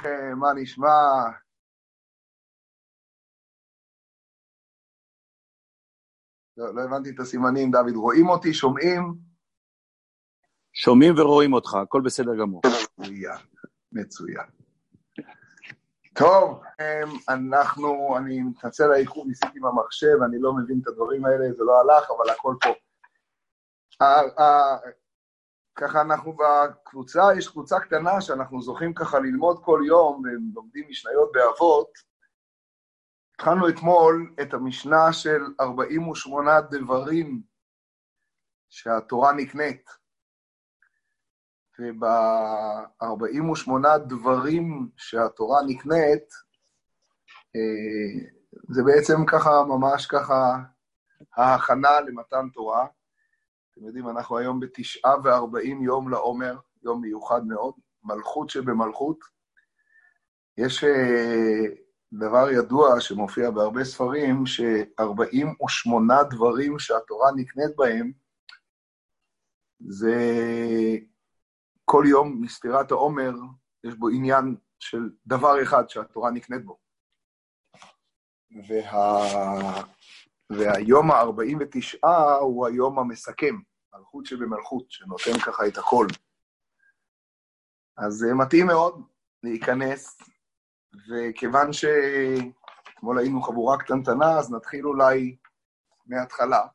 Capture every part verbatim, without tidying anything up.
שלומכם? מה נשמע? לא, לא הבנתי את הסימנים, דוד. רואים אותי? שומעים? שומעים ורואים אותך, הכל בסדר גמור. מצוין, מצוין. טוב, אנחנו, אני מתנצל על העיכוב, ניסיתי במחשב, אני לא מבין את הדברים האלה, זה לא הלך, אבל הכל פה. ככה אנחנו בקבוצה, יש קבוצה קטנה שאנחנו זוכים ככה ללמוד כל יום, ולומדים משניות באבות. התחלנו אתמול את המשנה של ארבעים ושמונה דברים שהתורה נקנית. וב-ארבעים ושמונה דברים שהתורה נקנית, זה בעצם ככה, ממש ככה, ההכנה למתן תורה. אתם יודעים, אנחנו היום בתשעה וארבעים יום לעומר, יום מיוחד מאוד, מלכות שבמלכות. יש דבר ידוע שמופיע בהרבה ספרים, ש-ארבעים ושמונה דברים שהתורה נקנית בהם, זה כל יום מספירת העומר, יש בו עניין של דבר אחד שהתורה נקנית בו. וה... והיום ה-ארבעים ותשע הוא היום המסכם, מלכות שבמלכות, שנותן ככה את הכל. אז זה מתאים מאוד להיכנס, וכיוון שאתמול היינו חבורה קטנטנה, אז נתחיל אולי מההתחלה.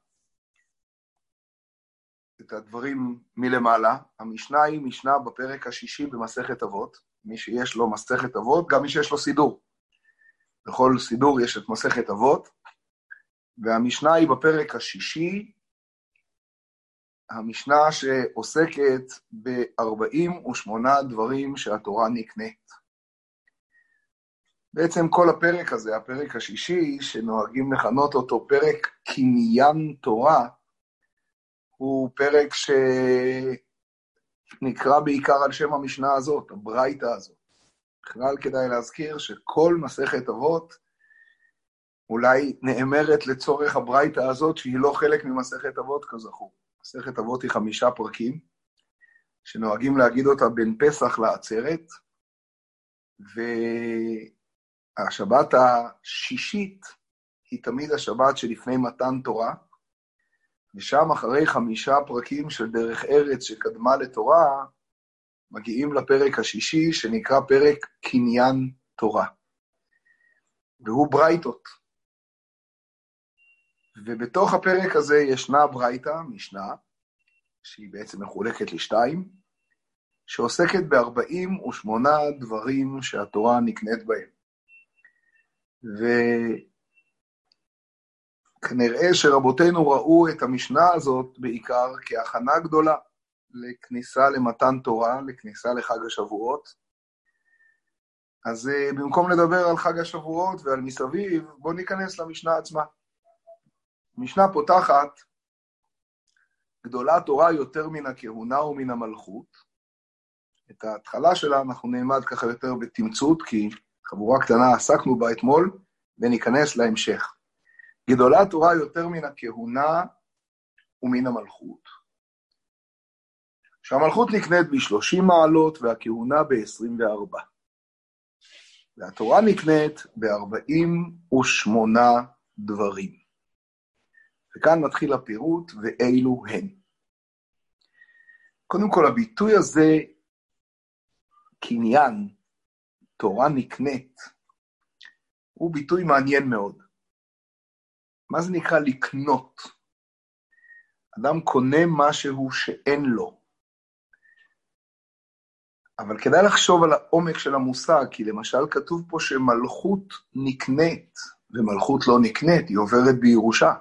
את הדברים מלמעלה. המשנה היא משנה בפרק השישי במסכת אבות. מי שיש לו מסכת אבות, גם מי שיש לו סידור. בכל סידור יש את מסכת אבות, והמשנה היא בפרק השישי, המשנה שעוסקת ב-ארבעים ושמונה דברים שהתורה נקנית. בעצם כל הפרק הזה, הפרק השישי, שנוהגים לכנות אותו פרק קניין תורה, הוא פרק שנקרא בעיקר על שם המשנה הזאת, הברייתא הזאת. בכלל כדאי להזכיר שכל מסכת אבות אולי נאמרת לצורך הברייתא הזאת, שהיא לא חלק ממסכת אבות כזכור. מסכת אבות היא חמישה פרקים, שנוהגים להגיד אותה בין פסח לעצרת, והשבת השישית היא תמיד השבת שלפני מתן תורה, ושם אחרי חמישה פרקים של דרך ארץ שקדמה לתורה, מגיעים לפרק השישי שנקרא פרק קניין תורה. והוא ברייתות. ובתוך הפרק הזה ישנה ברייתא, משנה, שהיא בעצם מחולקת לשתיים, שעוסקת ב-ארבעים ושמונה דברים שהתורה נקנית בהם. וכנראה שרבותינו ראו את המשנה הזאת בעיקר כהכנה גדולה לכניסה למתן תורה, לכניסה לחג השבועות. אז במקום לדבר על חג השבועות ועל מסביב, בואו ניכנס למשנה עצמה. המשנה פותחת, גדולה תורה יותר מן הכהונה ומן המלכות. את ההתחלה שלה אנחנו נלמד ככה יותר בתמצות, כי חבורה קטנה עסקנו בה אתמול, וניכנס להמשך. גדולה תורה יותר מן הכהונה ומן המלכות. שהמלכות נקנית ב-שלושים מעלות והכהונה ב-עשרים וארבע. והתורה נקנית ב-ארבעים ושמונה דברים. וכאן מתחיל הפירוט, ואילו הן. קודם כל, הביטוי הזה, קניין, תורה נקנית, הוא ביטוי מעניין מאוד. מה זה נקרא לקנות? אדם קונה משהו שאין לו. אבל כדאי לחשוב על העומק של המושג, כי למשל כתוב פה שמלכות נקנית, ומלכות לא נקנית, היא עוברת בירושה.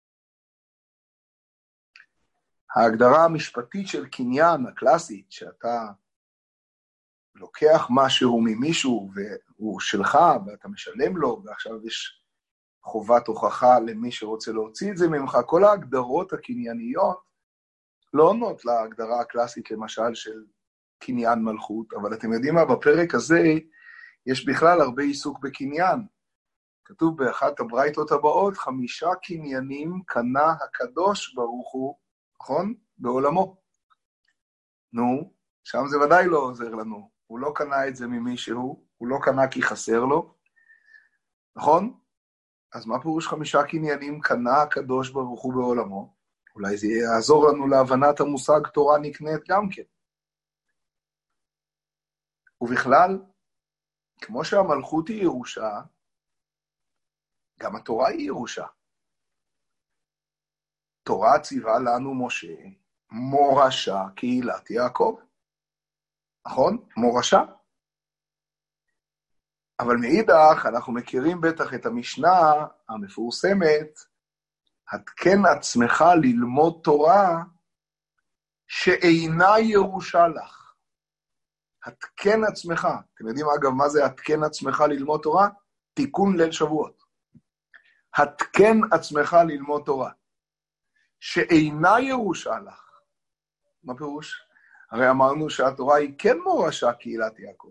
ההגדרה המשפטית של קניין, הקלאסית, שאתה לוקח משהו ממישהו והוא שלך ואתה משלם לו, ועכשיו יש חובת הוכחה למי שרוצה להוציא את זה ממך, כל ההגדרות הקנייניות לא עונות להגדרה הקלאסית למשל של קניין מלכות, אבל אתם יודעים מה, בפרק הזה יש בכלל הרבה עיסוק בקניין. כתוב באחת הברייתות הבאות, חמישה קניינים קנה הקדוש ברוך הוא, נכון? בעולמו. נו, שם זה ודאי לא עוזר לנו. הוא לא קנה את זה ממישהו, הוא לא קנה כי חסר לו, נכון? אז מה פירוש חמישה קניינים קנה הקדוש ברוך הוא בעולמו? אולי זה יעזור לנו להבנת המושג תורה נקנית גם כן. ובכלל, כמו שהמלכות היא ירושה, גם התורה היא ירושה. תורה ציווה לנו משה, מורשה קהילת יעקב. נכון? מורשה. אבל מאידך, אנחנו מכירים בטח את המשנה המפורסמת, התקן עצמך ללמוד תורה שאינה ירושה לך. התקן עצמך. אתם יודעים אגב מה זה התקן עצמך ללמוד תורה? תיקון ליל שבועות. התקן עצמך ללמוד תורה שאינה ירושה לך. מה פירוש? הרי אמרנו שהתורה היא כן מורשה קהילת יעקב.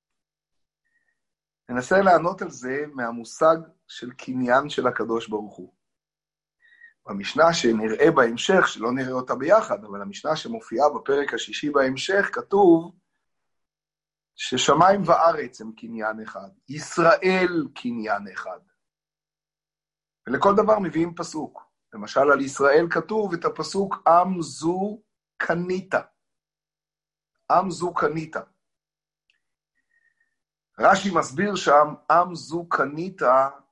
ננסה לענות על זה מהמושג של קניין של הקדוש ברוך הוא. במשנה שנראה בהמשך, שלא נראה אותה ביחד, אבל המשנה שמופיעה בפרק השישי בהמשך, כתוב ששמיים וארץ הם קניין אחד, ישראל קניין אחד. ולכל דבר מביאים פסוק. למשל על ישראל כתוב את הפסוק עם זו קנית. עם זו קנית. רש"י מסביר שם, עם זו קנית,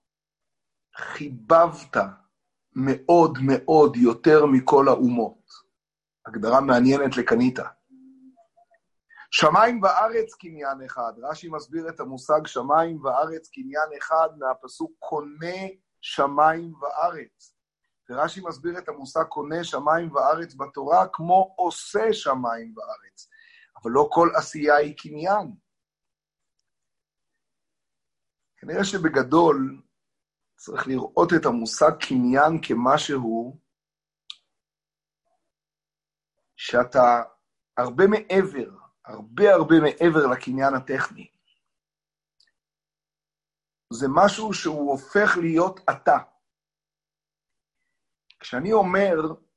חיבבת מאוד מאוד יותר מכל האומות. הגדרה מעניינת לקנית. שמיים וארץ קניין אחד. רש"י מסביר את המושג שמיים וארץ קניין אחד מהפסוק קונה שמיים וארץ. ורש"י מסביר את המושג קונה שמיים וארץ בתורה כמו עושה שמיים וארץ. אבל לא כל עשייה היא קניין. כנראה שבגדול צריך לראות את המושג קניין כמשהו שאתה הרבה מעבר, הרבה הרבה מעבר לקניין הטכני. זה משהו שהוא הופך להיות אתה. כשאני אומר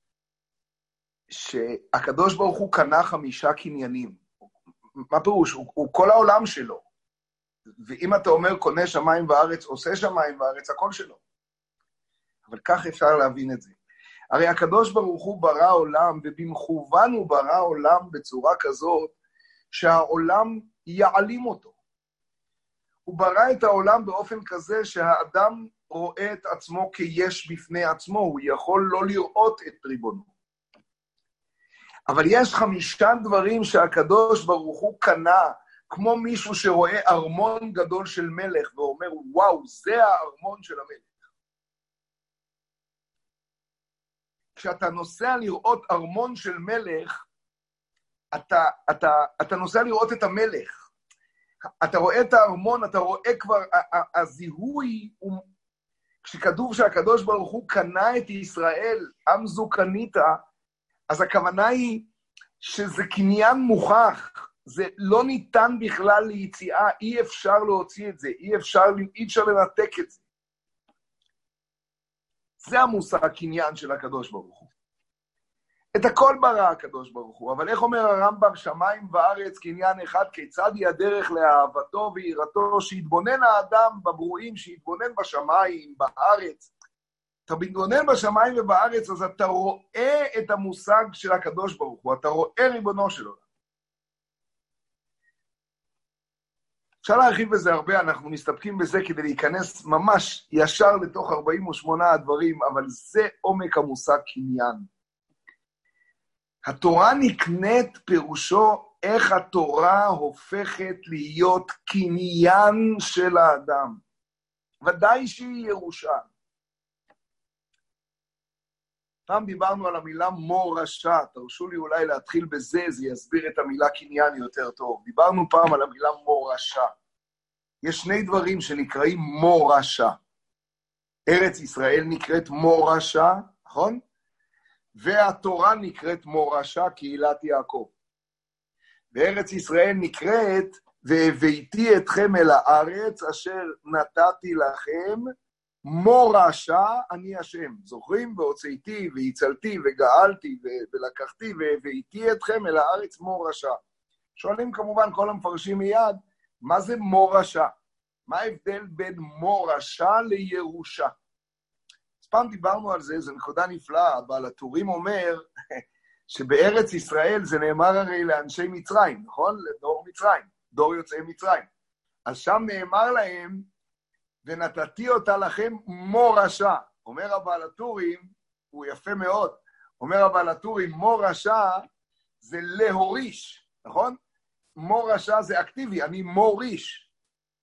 שהקדוש ברוך הוא קנה חמישה קניינים, מה פירוש? הוא, הוא כל העולם שלו. ואם אתה אומר קונה שמיים וארץ, עושה שמיים וארץ, הכל שלו. אבל כך אפשר להבין את זה. הרי הקדוש ברוך הוא ברא עולם, ובמכוון הוא ברא עולם בצורה כזאת, שהעולם יעלים אותו. הוא ברא את העולם באופן כזה שהאדם רואה את עצמו כיש בפני עצמו, הוא יכול לא לראות את ריבונו. אבל יש חמישה דברים שהקדוש ברוך הוא קנה, כמו מישהו שרואה ארמון גדול של מלך, ואומר, וואו, זה הארמון של המלך. כשאתה נוסע לראות ארמון של מלך, אתה, אתה, אתה נוסע לראות את המלך. אתה רואה את הארמון, אתה רואה כבר, הזיהוי, כשכתוב שהקדוש ברוך הוא קנה את ישראל, עם זו קנית, אז הכוונה היא שזה קניין מוכח, זה לא ניתן בכלל ליציאה, אי אפשר להוציא את זה, אי אפשר, אי אפשר לנתק את זה. זה המושג הקניין של הקדוש ברוך הוא. את הכל ברא הקדוש ברוך הוא, אבל איך אומר הרמב"ם, שמיים וארץ קניין אחד, כיצד היא הדרך לאהבתו ויראתו, שיתבונן האדם בברואים, שיתבונן בשמיים, בארץ. אתה מתבונן בשמיים ובארץ, אז אתה רואה את המושג של הקדוש ברוך הוא, אתה רואה ריבונו שלו. אפשר להרחיב בזה הרבה, אנחנו מסתפקים בזה כדי להיכנס ממש ישר לתוך ארבעים ושמונה הדברים, אבל זה עומק המושג קניין. התורה נקנית פירושו איך התורה הופכת להיות קניין של האדם. ודאי שהיא ירושה. פעם דיברנו על המילה מורשה, תרשו לי אולי להתחיל בזה, זה יסביר את המילה קניין יותר טוב. דיברנו פעם על המילה מורשה. יש שני דברים שנקראים מורשה. ארץ ישראל נקראת מורשה, נכון? והתורה נקראת מורשה, קהילת יעקב. וארץ ישראל נקראת, והבאתי אתכם אל הארץ, אשר נתתי לכם, מורשה, אני השם. זוכרים? והוצאתי, והצלתי, וגאלתי, ולקחתי, והבאתי אתכם אל הארץ מורשה. שואלים כמובן כל המפרשים מיד, מה זה מורשה? מה ההבדל בין מורשה לירושה? אז פעם דיברנו על זה, זו נקודה נפלאה, אבל הטורים אומר שבארץ ישראל זה נאמר הרי לאנשי מצרים, נכון? לדור מצרים, דור יוצאי מצרים. אז שם נאמר להם, ונתתי אותה לכם מורשה. אומר הבעל הטורים, הוא יפה מאוד, אומר הבעל הטורים, מורשה זה להוריש, נכון? מורשה זה אקטיבי, אני מוריש.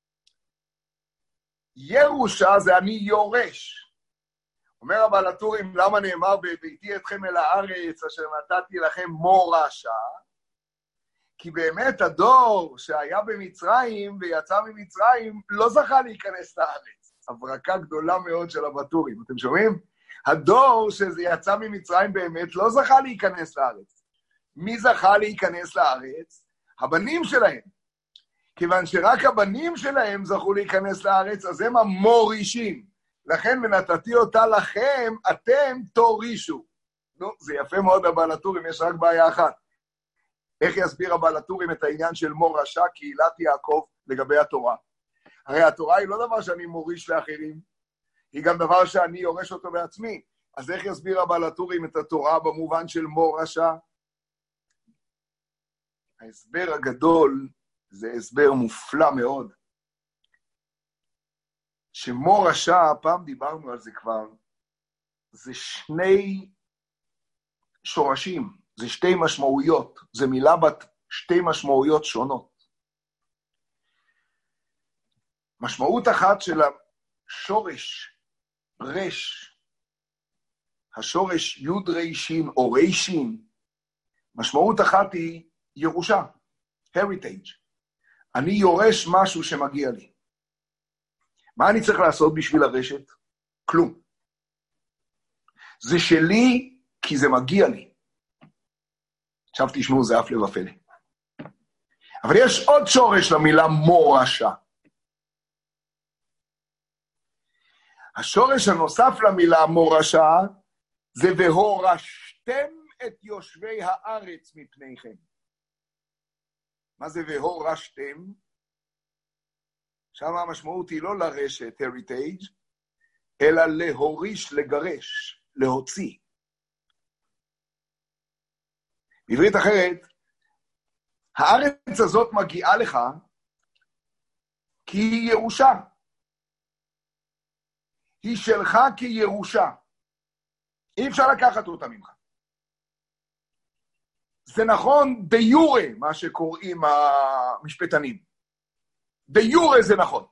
ירושה זה אני יורש. אומר הבעל הטורים, למה נאמר בביתי אתכם אל הארץ אשר נתתי לכם מורשה? כי באמת הדור שהיה במצרים ויצא ממצרים לא זכה להיכנס לארץ. הברקה גדולה מאוד של הבטורים, אתם שומעים? הדור שיצא ממצרים באמת לא זכה להיכנס לארץ. מי זכה להיכנס לארץ? הבנים שלהם. כיוון שרק הבנים שלהם זכו להיכנס לארץ, אז הם המורישים. לכן ונתתי אותה לכם, אתם תורישו. נו, זה יפה מאוד הבעל הטורים, יש רק בעיה אחת. איך יסביר הבעל הטורים את העניין של מורשה, קהילת יעקב לגבי התורה? הרי התורה היא לא דבר שאני מוריש לאחרים, היא גם דבר שאני יורש אותו בעצמי. אז איך יסביר הבעל הטורים את התורה במובן של מורשה? ההסבר הגדול זה הסבר מופלא מאוד. שמורשה, פעם דיברנו על זה כבר, זה שני שורשים, זה שתי משמעויות, זה מילה בת שתי משמעויות שונות. משמעות אחת של השורש, רש, השורש יוד רישין או רישין, משמעות אחת היא ירושה, heritage. אני יורש משהו שמגיע לי. מה אני צריך לעשות בשביל הרשת? כלום. זה שלי כי זה מגיע לי. עכשיו תשמעו, זה אף לבפלא. אבל יש עוד שורש למילה מורשה. השורש הנוסף למילה מורשה, זה והורשתם את יושבי הארץ מפניכם. מה זה והורשתם? שם המשמעות היא לא לרשת, heritage, אלא להוריש, לגרש, להוציא. בעברית אחרת, הארץ הזאת מגיעה לך כי היא ירושה. היא שלך כירושה. אי אפשר לקחת אותה ממך. זה נכון דה יורה, מה שקוראים המשפטנים. דה יורה זה נכון.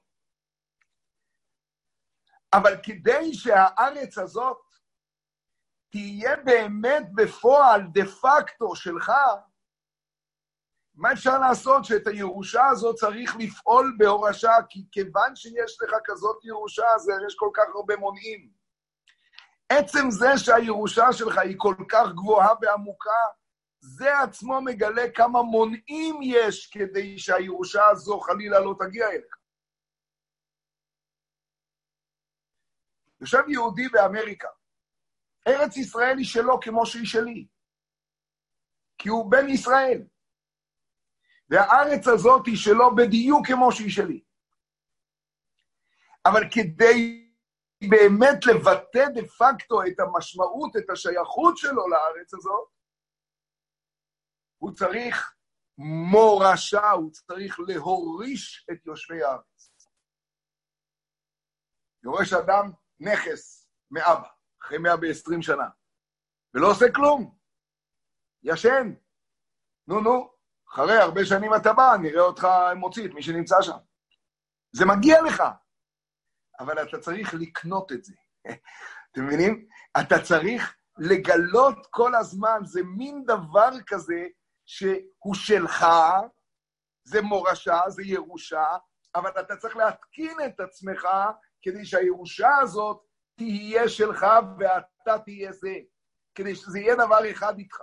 אבל כדי שהארץ הזאת תהיה באמת בפועל דה פקטו שלך, מה אפשר לעשות שאת הירושה הזאת צריך לפעול בהורשה, כי כיוון שיש לך כזאת ירושה, אז יש כל כך הרבה מונעים. עצם זה שהירושה שלך היא כל כך גבוהה ועמוקה, זה עצמו מגלה כמה מונעים יש כדי שהירושה הזו חלילה לא תגיע אליך. יושב יהודי באמריקה, ארץ ישראל היא שלו כמו שהיא שלי, כי הוא בן ישראל. והארץ הזאת היא שלו בדיוק כמו שהיא שלי. אבל כדי באמת לבטא דה פקטו את המשמעות, את השייכות שלו לארץ הזאת, הוא צריך מורשה, הוא צריך להוריש את יושבי הארץ. יורש אדם נכס מאבא, אחרי מאה ועשרים שנה, ולא עושה כלום. ישן. נו נו. אחרי הרבה שנים אתה בא, נראה אותך מוציא את מי שנמצא שם. זה מגיע לך, אבל אתה צריך לקנות את זה. אתם מבינים? אתה צריך לגלות כל הזמן, זה מין דבר כזה שהוא שלך, זה מורשה, זה ירושה, אבל אתה צריך להתקין את עצמך כדי שהירושה הזאת תהיה שלך ואתה תהיה זה, כדי שזה יהיה דבר אחד איתך.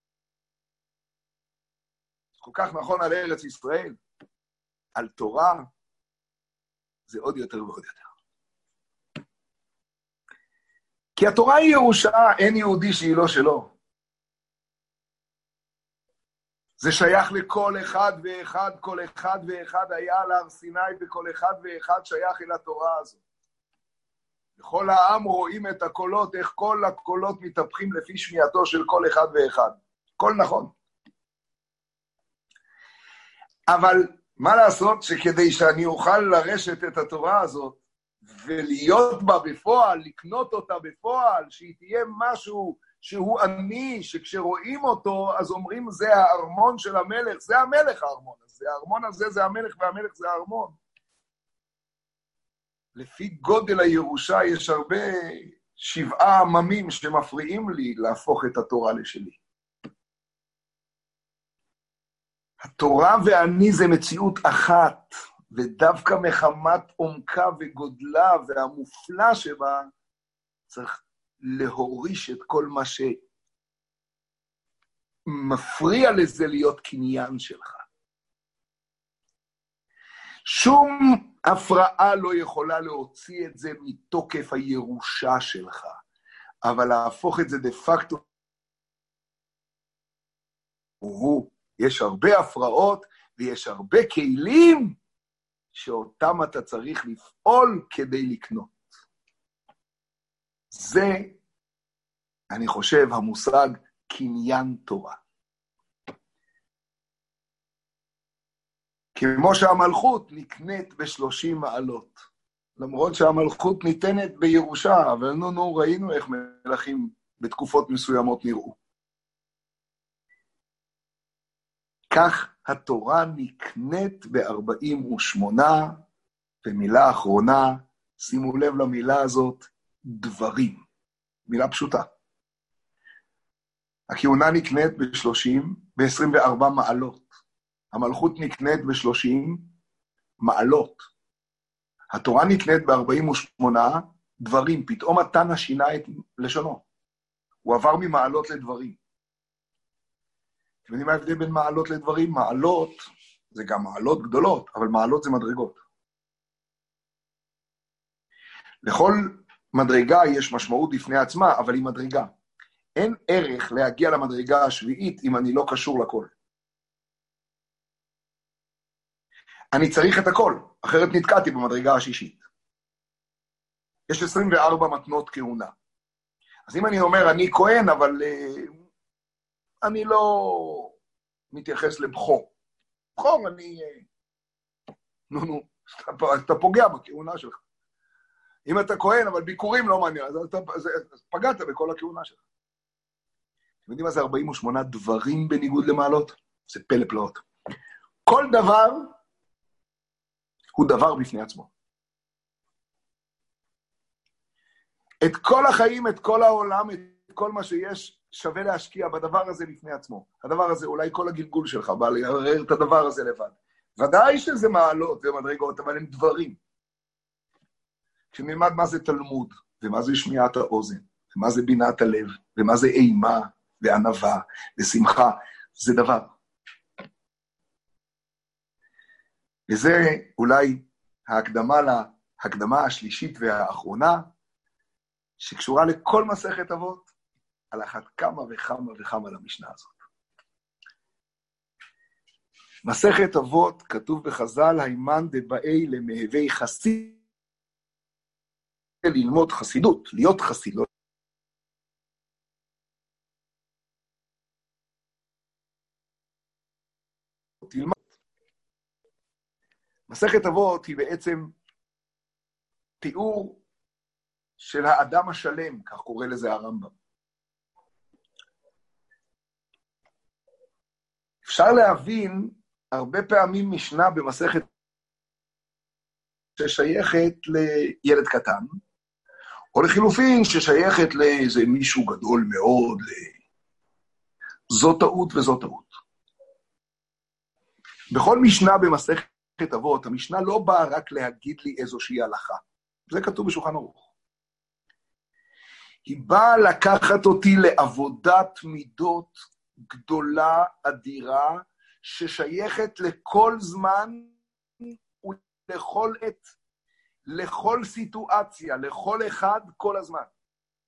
כל כך נכון על ארץ ישראל, על תורה, זה עוד יותר ועוד יותר. כי התורה היא ירושה, אין יהודי שהיא לא שלו. זה שייך לכל אחד ואחד, כל אחד ואחד היה על הר סיני, וכל אחד ואחד שייך אל התורה הזאת. וכל העם רואים את הקולות, איך כל הקולות מתהפכים לפי שמיעתו של כל אחד ואחד. כל נכון. אבל מה לעשות שכדי שאני אוכל לרשת את התורה הזאת, ולהיות בה בפועל, לקנות אותה בפועל, שהיא תהיה משהו שהוא עני, שכשרואים אותו, אז אומרים, זה הארמון של המלך, זה המלך הארמון הזה, הארמון הזה זה המלך, והמלך זה הארמון. לפי גודל הירושה יש הרבה שבעה עממים שמפריעים לי להפוך את התורה לשלי. התורה ואני זה מציאות אחת, ודווקא מחמת עומקה וגודלה והמופלא שבה, צריך להוריש את כל מה שמפריע לזה להיות קניין שלך. שום הפרעה לא יכולה להוציא את זה מתוקף הירושה שלך, אבל להפוך את זה דה פקטו, הוא, יש הרבה הפרעות ויש הרבה כלים שאותם אתה צריך לפעול כדי לקנות. זה, אני חושב, המושג קניין תורה. כמו שהמלכות נקנית בשלושים מעלות, למרות שהמלכות ניתנת בירושה, אבל נו נו ראינו איך מלכים בתקופות מסוימות נראו. כך התורה נקנית ב-ארבעים ושמונה, ומילה אחרונה, שימו לב למילה הזאת, דברים. מילה פשוטה. הכהונה נקנית ב-שלושים, ב-עשרים וארבע מעלות. המלכות נקנית ב-שלושים מעלות. התורה נקנית ב-ארבעים ושמונה דברים. פתאום התנא שינה את לשונו. הוא עבר ממעלות לדברים. אתם יודעים מה ההבדל בין מעלות לדברים? מעלות זה גם מעלות גדולות, אבל מעלות זה מדרגות. לכל מדרגה יש משמעות בפני עצמה, אבל היא מדרגה. אין ערך להגיע למדרגה השביעית אם אני לא קשור לכל. אני צריך את הכל, אחרת נתקעתי במדרגה השישית. יש עשרים וארבע מתנות כהונה. אז אם אני אומר, אני כהן, אבל uh, אני לא מתייחס לבחור. בחור, אני... Uh, נו, נו, אתה, אתה פוגע בכהונה שלך. אם אתה כהן, אבל ביקורים לא מעניין, אז אתה אז, אז פגעת בכל הכהונה שלך. אתם יודעים מה זה ארבעים ושמונה דברים בניגוד למעלות? זה פלא פלאות. כל דבר הוא דבר בפני עצמו. את כל החיים, את כל העולם, את כל מה שיש, שווה להשקיע בדבר הזה בפני עצמו. הדבר הזה, אולי כל הגלגול שלך, בא לערער את הדבר הזה לבד. ודאי שזה מעלות ומדרגות, אבל הם דברים. כשנלמד מה זה תלמוד, ומה זה שמיעת האוזן, ומה זה בינת הלב, ומה זה אימה, וענווה, ושמחה, זה דבר. וזה אולי ההקדמה להקדמה השלישית והאחרונה, שקשורה לכל מסכת אבות, על אחת כמה וכמה וכמה למשנה הזאת. מסכת אבות כתוב בחז"ל, הימן דבאי למהווי חסיד, ללמוד חסידות, להיות חסיד, לא תלמד. מסכת אבות היא בעצם תיאור של האדם השלם, כך קורא לזה הרמב"ם. אפשר להבין הרבה פעמים משנה במסכת ששייכת לילד קטן, או לחילופין ששייכת לאיזה מישהו גדול מאוד, זו טעות וזו טעות. בכל משנה במסכת אבות, המשנה לא באה רק להגיד לי איזושהי הלכה. זה כתוב בשולחן ערוך. היא באה לקחת אותי לעבודת מידות גדולה, אדירה, ששייכת לכל זמן ולכל עת, לכל סיטואציה, לכל אחד, כל הזמן.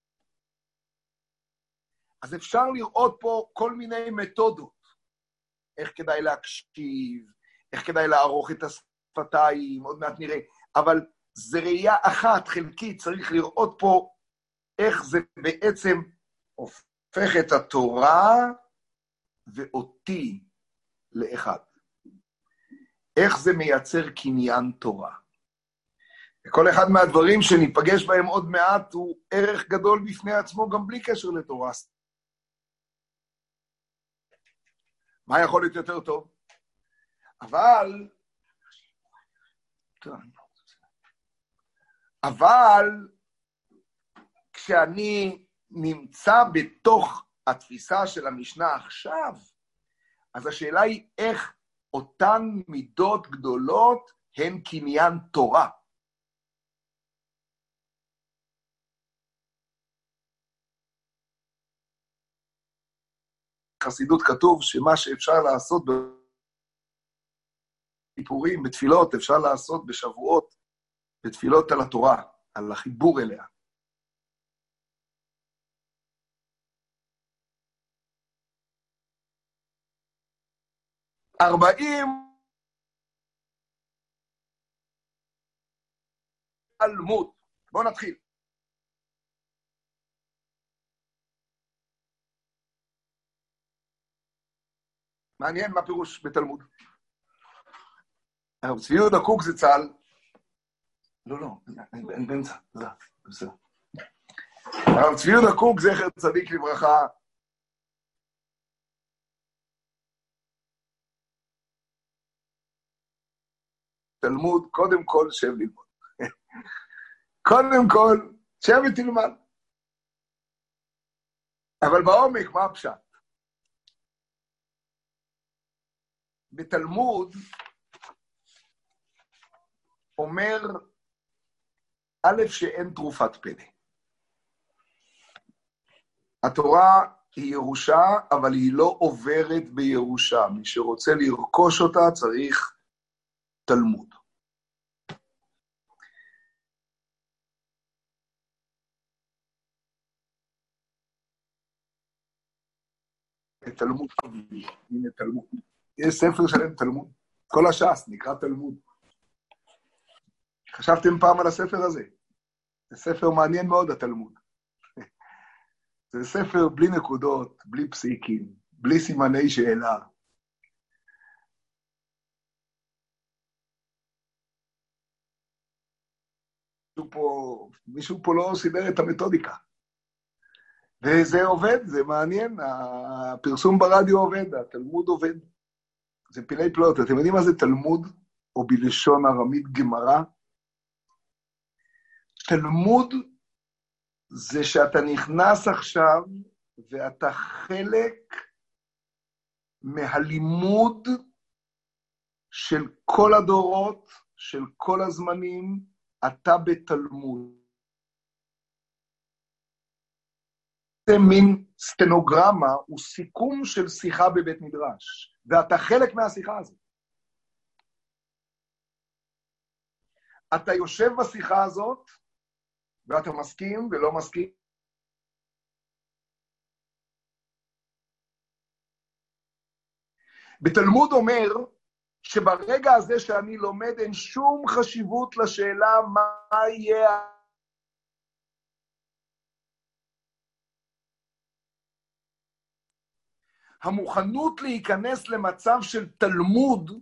אז אפשר לראות פה כל מיני מתודות, איך כדאי להקשיב, איך כדאי לערוך את השפתיים, עוד מעט נראה, אבל זה ראייה אחת, חלקית, צריך לראות פה איך זה בעצם הופך את התורה ואותי לאחד. איך זה מייצר קניין תורה. וכל אחד מהדברים שניפגש בהם עוד מעט הוא ערך גדול בפני עצמו, גם בלי קשר לתורה. מה יכול להיות יותר טוב? אבל, אבל, כשאני נמצא בתוך התפיסה של המשנה עכשיו, אז השאלה היא איך אותן מידות גדולות הן קניין תורה. בחסידות כתוב שמה שאפשר לעשות בסיפורים, בתפילות, אפשר לעשות בשבועות, בתפילות על התורה, על החיבור אליה. ארבעים תלמוד. בואו נתחיל. מעניין מה פירוש בתלמוד. הרב צבי יהודה קוק זה צה"ל. לא, לא, אין באמצע, זה, בסדר. הרב צבי יהודה קוק זכר צדיק לברכה. תלמוד, קודם כל שב ללמוד. קודם כל, שב ותלמד. אבל בעומק, מה הפשט? בתלמוד אומר א' שאין תרופת פלא. התורה היא ירושה, אבל היא לא עוברת בירושה. מי שרוצה לרכוש אותה צריך תלמוד. תלמוד, הנה תלמוד. יש ספר שלם תלמוד. כל הש"ס נקרא תלמוד. חשבתם פעם על הספר הזה? זה ספר מעניין מאוד, התלמוד. זה ספר בלי נקודות, בלי פסיקים, בלי סימני שאלה. מישהו פה, מישהו פה לא סידר את המתודיקה. וזה עובד, זה מעניין, הפרסום ברדיו עובד, התלמוד עובד. זה פילי פלוט, אתם יודעים מה זה תלמוד, או בלשון ארמית גמרא? תלמוד זה שאתה נכנס עכשיו, ואתה חלק מהלימוד של כל הדורות, של כל הזמנים, אתה בתלמוד. זה מין סטנוגרמה, הוא סיכום של שיחה בבית מדרש, ואתה חלק מהשיחה הזאת. אתה יושב בשיחה הזאת, ואתה מסכים ולא מסכים. בתלמוד אומר שברגע הזה שאני לומד אין שום חשיבות לשאלה מה יהיה המוכנות להיכנס למצב של תלמוד,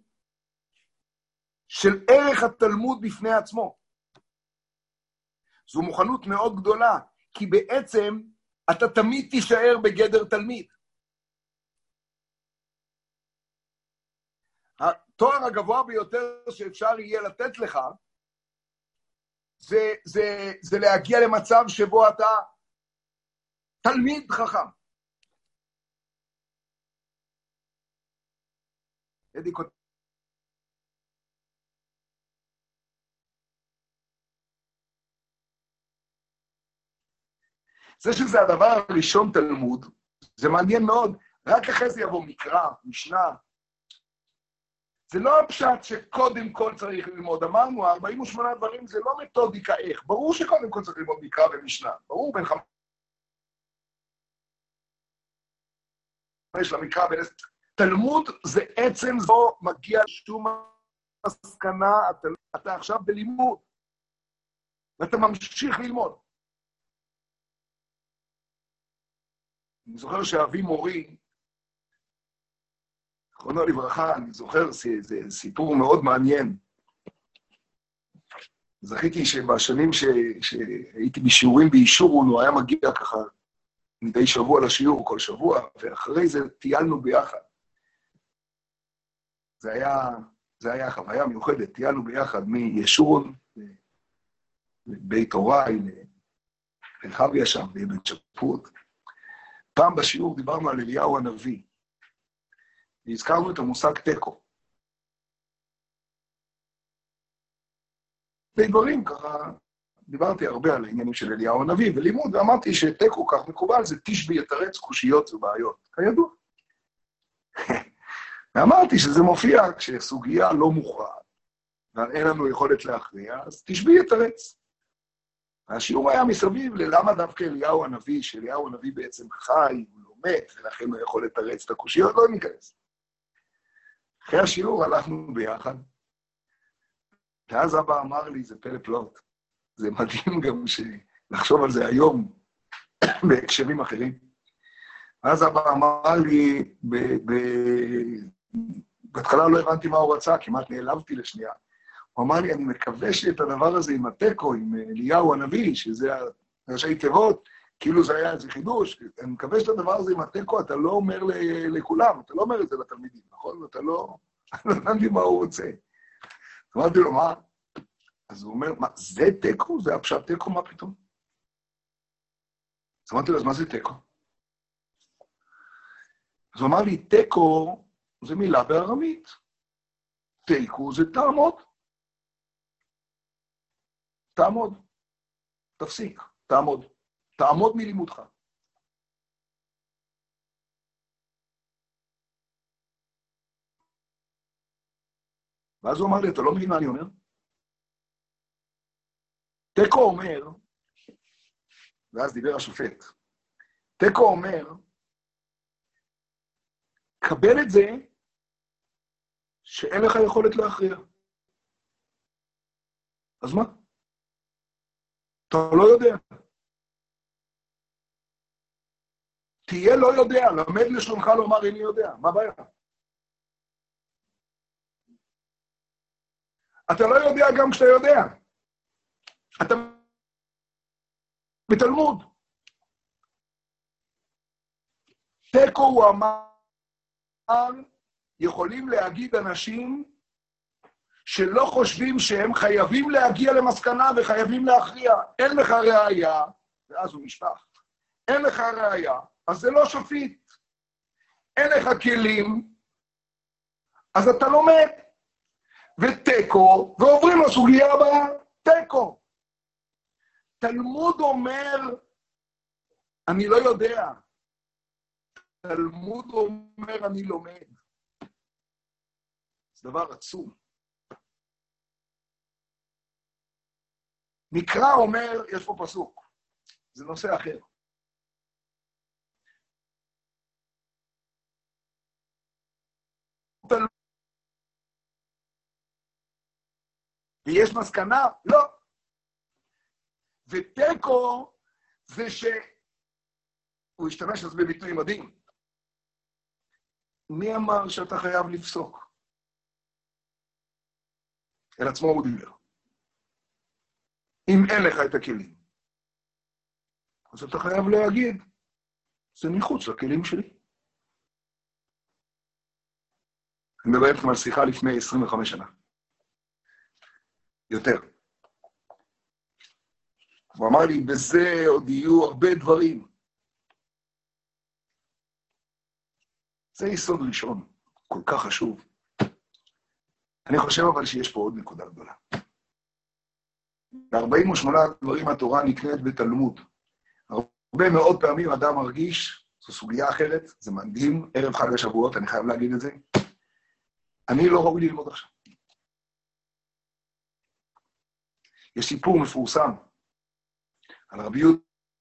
של ערך התלמוד בפני עצמו. זו מוכנות מאוד גדולה, כי בעצם אתה תמיד תישאר בגדר תלמיד. התואר הגבוה ביותר שאפשר יהיה לתת לך, זה, זה, זה להגיע למצב שבו אתה תלמיד חכם. אדי כותב. זה שזה הדבר הראשון תלמוד, זה מעניין מאוד, רק אחרי זה יבוא מקרא, משנה. זה לא הפשט שקודם כל צריך ללמוד, אמרנו, ארבעים ושמונה דברים זה לא מתודיקה איך, ברור שקודם כל צריך ללמוד מקרא ומשנה, ברור בין חמש למקרא, בין תלמוד זה עצם זו מגיע לשום מסקנה, אתה, אתה עכשיו בלימוד, ואתה ממשיך ללמוד. אני זוכר שאבי מורי, זכרונו לברכה, אני זוכר, זה סיפור מאוד מעניין. זכיתי שבשנים ש... שהייתי בשיעורים באישורון, הוא היה מגיע ככה מדי שבוע לשיעור, כל שבוע, ואחרי זה טיילנו ביחד. זה היה, זה היה חוויה מיוחדת, טיילנו ביחד מישורון, בית הוריי, לרחביה שם, בבית שפוט. פעם בשיעור דיברנו על אליהו הנביא, והזכרנו את המושג תיקו. בדברים ככה, דיברתי הרבה על העניינים של אליהו הנביא ולימוד, ואמרתי שתיקו כך מקובל, זה תשבי יתרץ קושיות ובעיות, כידוע. ואמרתי שזה מופיע כשסוגיה לא מוכרעת, ואין לנו יכולת להכריע, אז תשבי יתרץ. השיעור היה מסביב ללמה דווקא אליהו הנביא, שאליהו הנביא בעצם חי, הוא לא מת, ולכן הוא יכול לתרץ את הקושיות, לא ניכנס. אחרי השיעור הלכנו ביחד, ואז אבא אמר לי, זה פלא פלאות. זה מדהים גם לחשוב על זה היום, בהקשרים אחרים. אז אבא אמר לי, ב- ב- בהתחלה לא הבנתי מה הוא רצה, כמעט נעלבתי לשנייה. הוא אמר לי, אני מקווה שאת הדבר הזה עם התיקו, עם אליהו הנביא, שזה ראשי תיבות, כאילו זה היה איזה חידוש, אני מקווה שאת הדבר הזה עם התיקו, אתה לא אומר לכולם, אתה לא אומר את זה לתלמידים, נכון? אתה לא, לא הבנתי מה הוא רוצה. אמרתי לו, מה? אז הוא אומר, מה, זה תיקו? זה הפשט תיקו? מה פתאום? אז אמרתי לו, אז מה זה תיקו? אז הוא אמר לי, תיקו זה מילה בארמית. תיקו זה תעמוד. תעמוד. תפסיק, תעמוד. תעמוד מלימודך. ואז הוא אמר לי, אתה לא מבין מה אני אומר? תיקו אומר, ואז דיבר השופט, תיקו אומר, קבל את זה שאין לך יכולת להכריע. אז מה? אתה לא יודע. תהיה לא יודע, למד לשונך לומר איני יודע. מה הבעיה? אתה לא יודע גם כשאתה יודע. אתה בתלמוד. תיקו הוא אמר, יכולים להגיד אנשים שלא חושבים שהם חייבים להגיע למסקנה וחייבים להכריע. אין לך ראייה, ואז הוא משפח. אין לך ראייה, אז זה לא שפיט. אין לך כלים, אז אתה לומד. ותיקו, ועוברים לסוגיה הבאה, תיקו. תלמוד אומר, אני לא יודע. תלמוד אומר, אני לומד. זה דבר עצום. מקרא אומר, יש פה פסוק. זה נושא אחר. ויש מסקנה? לא. ותיקו זה ש... הוא השתמש אז בביטוי מדהים. מי אמר שאתה חייב לפסוק? אל עצמו הוא דיבר. אם אין לך את הכלים, אז אתה חייב להגיד, זה מחוץ לכלים שלי. אני מדבר איתכם על שיחה לפני עשרים וחמש שנה. יותר. הוא אמר לי, בזה עוד יהיו הרבה דברים. זה יסוד ראשון, כל כך חשוב. אני חושב אבל שיש פה עוד נקודה גדולה. ב-ארבעים ושמונה דברים התורה נקנית בתלמוד. הרבה מאוד פעמים אדם מרגיש, זו סוגיה אחרת, זה מדהים, ערב חג השבועות, אני חייב להגיד את זה. אני לא ראוי ללמוד עכשיו. יש סיפור מפורסם על רבי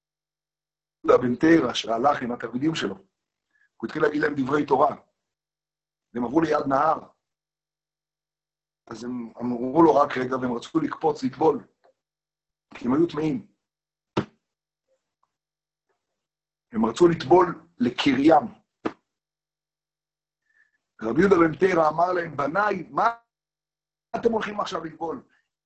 יהודה בן תירא שהלך עם התלמידים שלו. הוא התחיל להגיד להם דברי תורה. והם עברו ליד נהר. אז הם אמרו לו רק רגע, והם רצו לקפוץ, לטבול, כי הם היו טמאים. הם רצו לטבול לקריים. רבי יהודה בן תרא אמר להם, בניי, מה אתם הולכים עכשיו לטבול?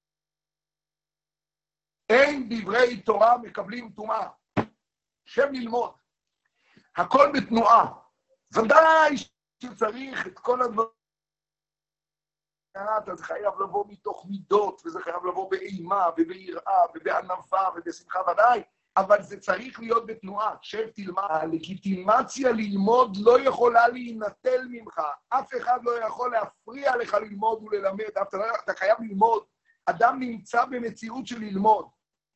אין דברי תורה מקבלים טומאה. שם ללמוד. הכל בתנועה. ודאי שצריך את כל הדברים. זה חייב לבוא מתוך מידות, וזה חייב לבוא באימה, וביראה, ובענווה, ובשמחה ודאי, אבל זה צריך להיות בתנועה. שב תלמד. הלגיטימציה ללמוד לא יכולה להינטל ממך. אף אחד לא יכול להפריע לך ללמוד וללמד. אתה, אתה חייב ללמוד. אדם נמצא במציאות של ללמוד.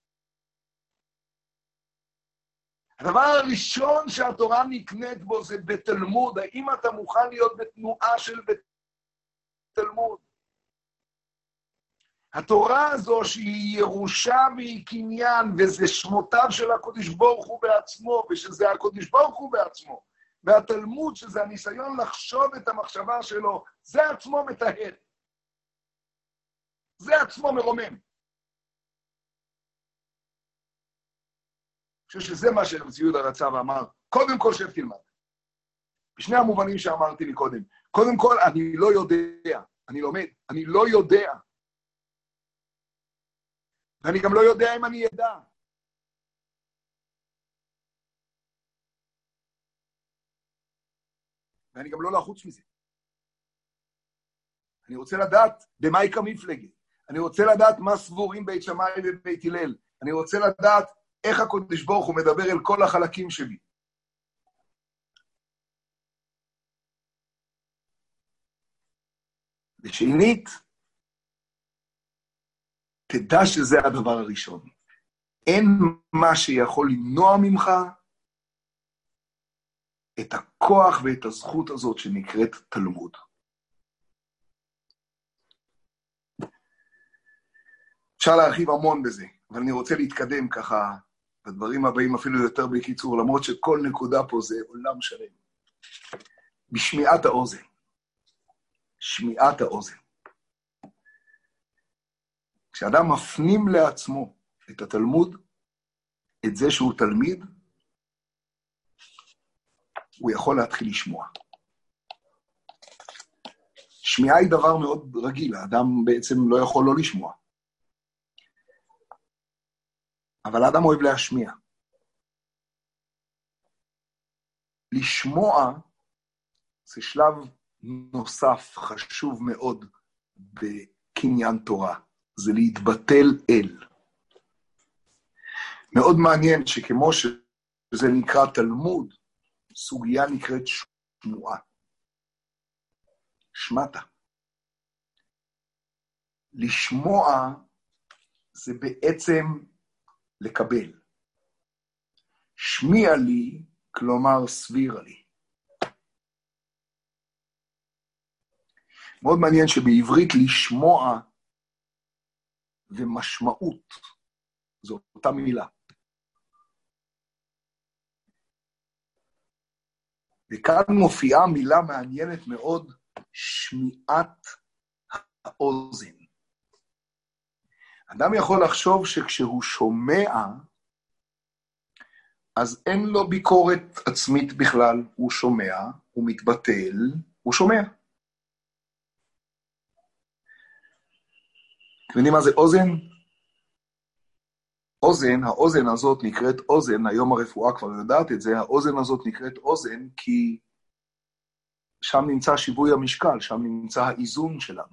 הדבר הראשון שהתורה נקנית בו זה בתלמוד. האם אתה מוכן להיות בתנועה של בתלמוד? התורה הזו שהיא ירושה והיא קניין, וזה שמותיו של הקודש ברוך הוא בעצמו, ושזה הקודש ברוך הוא בעצמו, והתלמוד שזה הניסיון לחשוב את המחשבה שלו, זה עצמו מטהר. זה עצמו מרומם. אני חושב שזה מה שרבי יהודה רצה ואמר, קודם כל שב תלמד. בשני המובנים שאמרתי לי קודם, קודם כל אני לא יודע, אני לומד, אני לא יודע. ואני גם לא יודע אם אני ידע. ואני גם לא לחוץ מזה. אני רוצה לדעת במה יקם מפלגה. אני רוצה לדעת מה סבורים בית שמאי ובית הלל. אני רוצה לדעת איך הקודש ברוך הוא מדבר אל כל החלקים שלי. ושנית, תדע שזה הדבר הראשון. אין מה שיכול למנוע ממך את הכוח ואת הזכות הזאת שנקראת תלמוד. אפשר להרחיב המון בזה, אבל אני רוצה להתקדם ככה, בדברים הבאים אפילו יותר בקיצור, למרות שכל נקודה פה זה עולם שלם. בשמיעת האוזן. שמיעת האוזן. כשאדם מפנים לעצמו את התלמוד, את זה שהוא תלמיד, הוא יכול להתחיל לשמוע. שמיעה היא דבר מאוד רגיל, האדם בעצם לא יכול לא לשמוע. אבל האדם אוהב להשמיע. לשמוע זה שלב נוסף חשוב מאוד בקניין תורה. זה להתבטל אל. מאוד מעניין שכמו שזה נקרא תלמוד, סוגיה נקראת שמועה. שמעת. לשמוע זה בעצם לקבל. שמיע לי, כלומר סביר לי. מאוד מעניין שבעברית לשמוע ומשמעות, זו אותה מילה. וכאן מופיעה מילה מעניינת מאוד, שמיעת האוזן. אדם יכול לחשוב שכשהוא שומע, אז אין לו ביקורת עצמית בכלל, הוא שומע, הוא מתבטל, הוא שומע. אתם יודעים מה זה אוזן? אוזן, האוזן הזאת נקראת אוזן, היום הרפואה כבר יודעת את זה, האוזן הזאת נקראת אוזן כי שם נמצא שיווי המשקל, שם נמצא האיזון שלנו.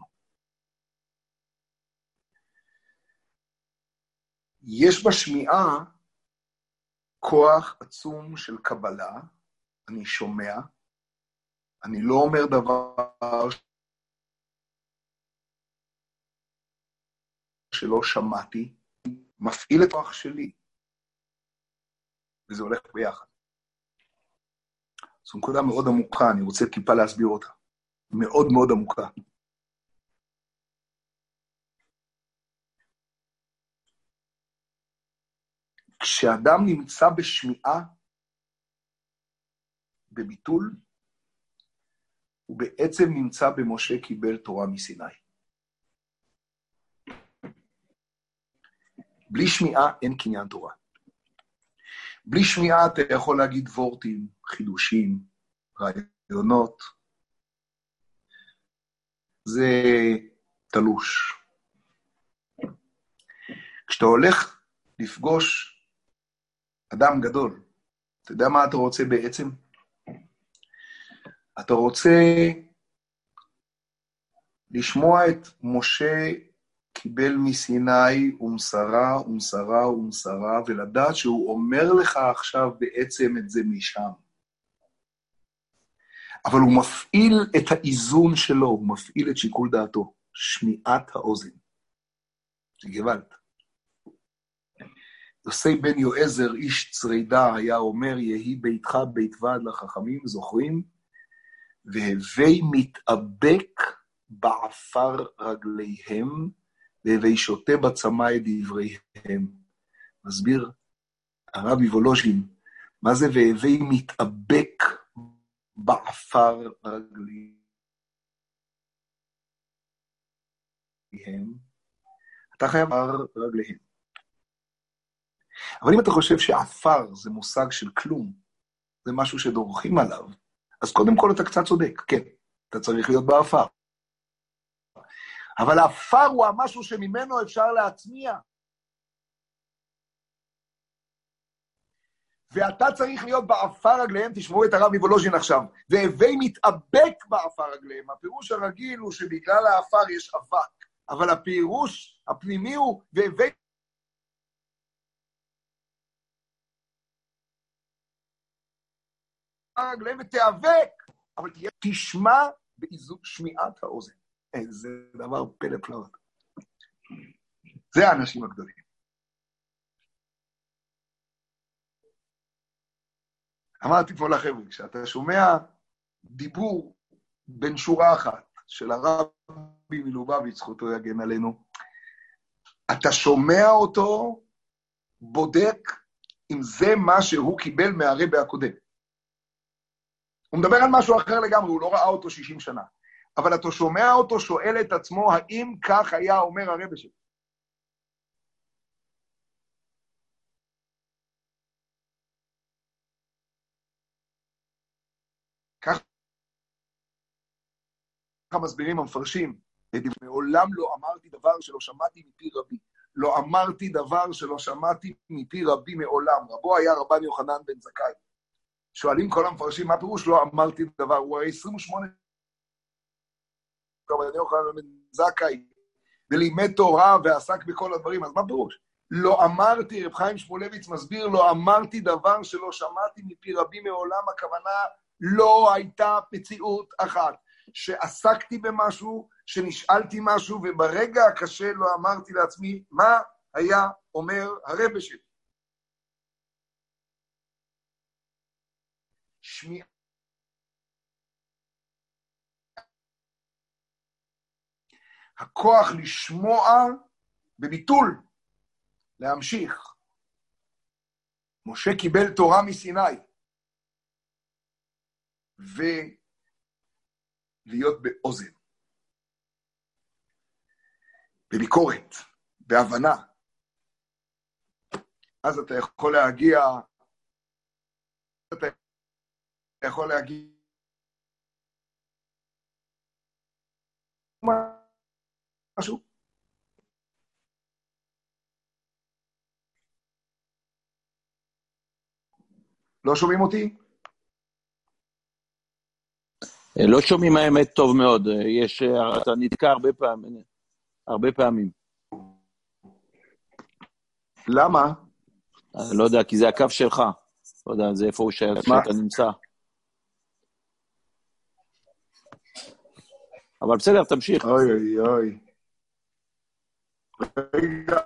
יש בשמיעה כוח עצום של קבלה, אני שומע, אני לא אומר דבר שלא שמעתי, מפעיל את הכוח שלי, וזה הולך ביחד. זו נקודה מאוד עמוקה, אני רוצה טיפה להסביר אותה. מאוד מאוד עמוקה. כשאדם נמצא בשמיעה, בביטול, הוא בעצם נמצא במשה קיבל תורה מסיני. בלי שמיעה אין קניין תורה. בלי שמיעה אתה יכול להגיד וורטים, חידושים, רעיונות. זה תלוש. כשאתה הולך לפגוש אדם גדול, אתה יודע מה אתה רוצה בעצם? אתה רוצה לשמוע את משה קיבל מסיני ומסרה ומסרה ומסרה, ולדעת שהוא אומר לך עכשיו בעצם את זה משם. אבל הוא מפעיל את האיזון שלו, הוא מפעיל את שיקול דעתו, שמיעת האוזן. זה גוואלד. יוסי בן יועזר, איש צרידה, היה אומר, יהי ביתך בית ועד לחכמים, זוכרים? והווי מתאבק בעפר רגליהם, והווי שותה בצמא את דבריהם. מסביר הרבי וולוז'ין, מה זה והווי מתאבק בעפר רגליהם? אתה חייב בעפר רגליהם. אבל אם אתה חושב שעפר זה מושג של כלום, זה משהו שדורכים עליו, אז קודם כל אתה קצת צודק, כן, אתה צריך להיות בעפר. אבל העפר הוא המשהו שממנו אפשר להצמיע. ואתה צריך להיות בעפר רגליהם, תשמעו את הרבי וולוז'ין עכשיו, והווי מתאבק בעפר רגליהם. הפירוש הרגיל הוא שבגלל העפר יש אבק, אבל הפירוש הפנימי הוא, והווי רגליהם ותיאבק, אבל תהיה, תשמע באיזון שמיעת האוזן. איזה דבר פלא פלאות. זה האנשים הגדולים. אמרתי פה לחבר'ה, כשאתה שומע דיבור בין שורה אחת של הרבי מלובביץ', זכותו יגן עלינו, אתה שומע אותו, בודק אם זה מה שהוא קיבל מהרבי הקודם. הוא מדבר על משהו אחר לגמרי, הוא לא ראה אותו שישים שנה. אבל אתה שומע אותו שואל את עצמו, האם כך היה אומר הרבי שלי? כך מסבירים המפרשים, מעולם לא אמרתי דבר שלא שמעתי מפי רבי. לא אמרתי דבר שלא שמעתי מפי רבי מעולם. רבו היה רבן יוחנן בן זכאי. שואלים כל המפרשים, מה פירוש לא אמרתי דבר? הוא הרי עשרים ושמונה רבן יוחנן בן זכאי, ולימד תורה ועסק בכל הדברים, אז מה פירוש? לא אמרתי, רב חיים שמואלביץ מסביר, לא אמרתי דבר שלא שמעתי מפי רבי מעולם, הכוונה לא הייתה מציאות אחת, שעסקתי במשהו, שנשאלתי משהו, וברגע הקשה לא אמרתי לעצמי, מה היה אומר הרבי שלי? שמיעה. הכוח לשמוע בביטול, להמשיך. משה קיבל תורה מסיני, ולהיות באוזן, בביקורת, בהבנה. אז אתה יכול להגיע, אתה יכול להגיע, משהו? לא שומעים אותי? לא שומעים האמת טוב מאוד, יש, אתה נתקע הרבה פעמים, הרבה פעמים. למה? לא יודע, כי זה הקו שלך, לא יודע, זה איפה הוא שאתה נמצא. אבל בסדר, תמשיך. אוי אוי אוי. רגע,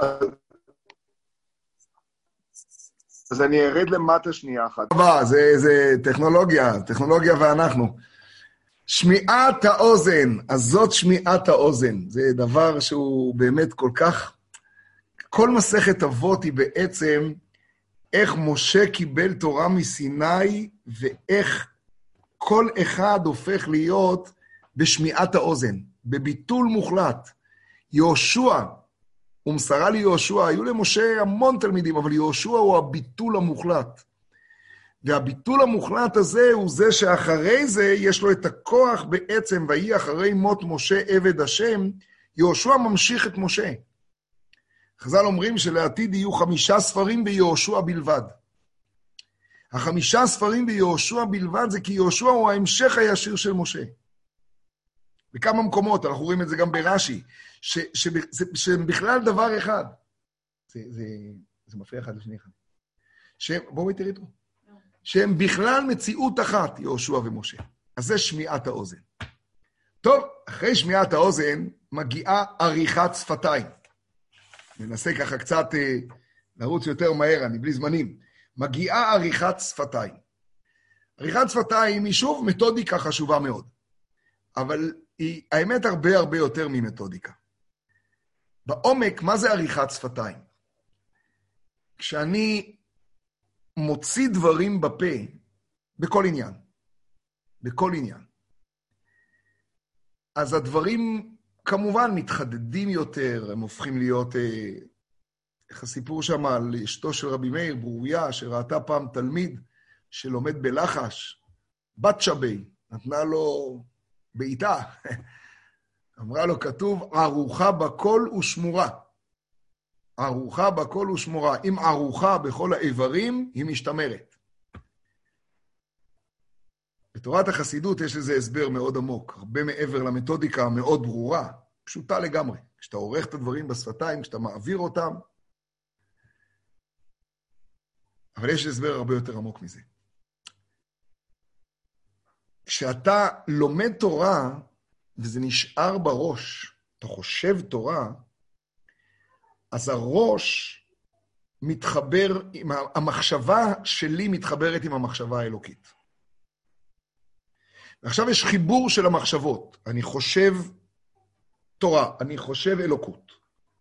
אז אני ארד למטה שנייה אחת. זה, זה טכנולוגיה, טכנולוגיה ואנחנו. שמיעת האוזן, אז זאת שמיעת האוזן. זה דבר שהוא באמת כל כך, כל מסכת אבות היא בעצם איך משה קיבל תורה מסיני, ואיך כל אחד הופך להיות בשמיעת האוזן, בביטול מוחלט. יהושע, ומסרה לי יהושע, היו למשה המון תלמידים, אבל יהושע הוא הביטול המוחלט. והביטול המוחלט הזה הוא זה שאחרי זה יש לו את הכוח בעצם, ויהי אחרי מות משה עבד השם, יהושע ממשיך את משה. חז"ל אומרים שלעתיד יהיו חמישה ספרים ביהושע בלבד. החמישה ספרים ביהושע בלבד זה כי יהושע הוא ההמשך הישיר של משה. בכמה מקומות, אנחנו רואים את זה גם ברש"י, שהם בכלל דבר אחד. זה, זה, זה מפריע אחד לשני אחד. בואו תראי איתו. שהם בכלל מציאות אחת, יהושע ומשה. אז זה שמיעת האוזן. טוב, אחרי שמיעת האוזן מגיעה עריכת שפתיים. ננסה ככה קצת אה, לרוץ יותר מהר, אני בלי זמנים. מגיעה עריכת שפתיים. עריכת שפתיים היא שוב מתודיקה חשובה מאוד. אבל היא האמת הרבה הרבה יותר ממתודיקה. בעומק, מה זה עריכת שפתיים? כשאני מוציא דברים בפה, בכל עניין, בכל עניין, אז הדברים כמובן מתחדדים יותר, הם הופכים להיות, אה, איך הסיפור שם על אשתו של רבי מאיר, ברוריה, שראתה פעם תלמיד שלומד בלחש, בת שבי, נתנה לו בעיטה, אמרה לו, כתוב, ערוכה בכל ושמורה. ערוכה בכל ושמורה. אם ערוכה בכל האיברים, היא משתמרת. בתורת החסידות יש לזה הסבר מאוד עמוק, הרבה מעבר למתודיקה המאוד ברורה, פשוטה לגמרי. כשאתה עורך את הדברים בשפתיים, כשאתה מעביר אותם, אבל יש הסבר הרבה יותר עמוק מזה. כשאתה לומד תורה, וזה נשאר בראש, אתה חושב תורה, אז הראש מתחבר, עם המחשבה שלי מתחברת עם המחשבה האלוקית. ועכשיו יש חיבור של המחשבות. אני חושב תורה, אני חושב אלוקות.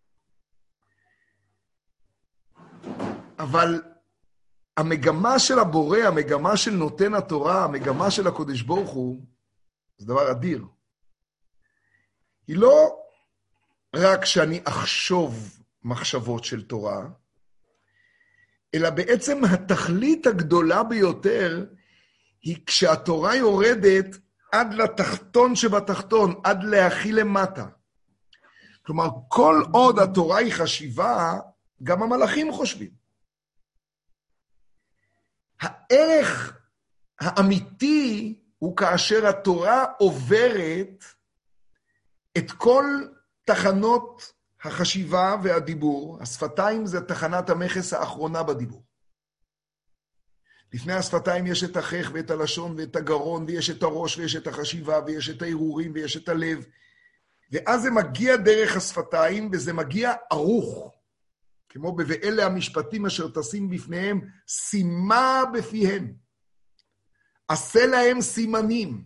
אבל המגמה של הבורא, המגמה של נותן התורה, המגמה של הקודש ברוך הוא, זה דבר אדיר. היא לא רק שאני אחשוב מחשבות של תורה, אלא בעצם התכלית הגדולה ביותר היא כשהתורה יורדת עד לתחתון שבתחתון, עד להכי למטה. כלומר, כל עוד התורה היא חשיבה, גם המלאכים חושבים. הערך האמיתי הוא כאשר התורה עוברת את כל תחנות החשיבה והדיבור. השפתיים זה תחנת המכס האחרונה בדיבור. לפני השפתיים יש את החך ואת הלשון ואת הגרון, ויש את הראש ויש את החשיבה ויש את העירורים ויש את הלב. ואז זה מגיע דרך השפתיים וזה מגיע ערוך. כמו ב"ואלה המשפטים אשר תשים בפניהם, שימה בפיהם. עשה להם סימנים.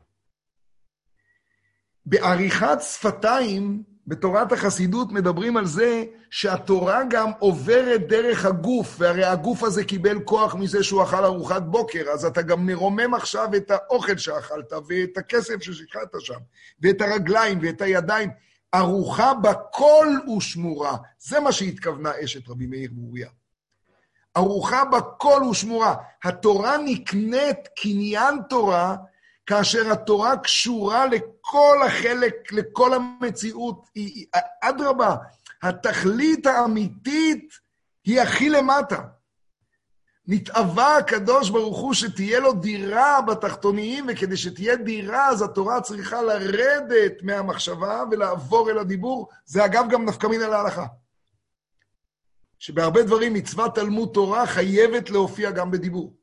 בעריכת שפתיים, בתורת החסידות מדברים על זה שהתורה גם עוברת דרך הגוף, והרי הגוף הזה קיבל כוח מזה שהוא אכל ארוחת בוקר, אז אתה גם מרומם עכשיו את האוכל שאכלת, ואת הכסף ששחטת שם, ואת הרגליים ואת הידיים, ארוחה בכל ושמורה. זה מה שהתכוונה אשת רבי מאיר ברוריה. ארוחה בכל ושמורה. התורה נקנית קניין תורה, כאשר התורה קשורה לכל החלק, לכל המציאות. היא, אדרבה, התכלית האמיתית היא הכי למטה. נתאווה הקדוש ברוך הוא שתהיה לו דירה בתחתוניים, וכדי שתהיה דירה, אז התורה צריכה לרדת מהמחשבה ולעבור אל הדיבור. זה אגב גם נפקא מינה להלכה. שבהרבה דברים מצוות תלמוד תורה חייבת להופיע גם בדיבור.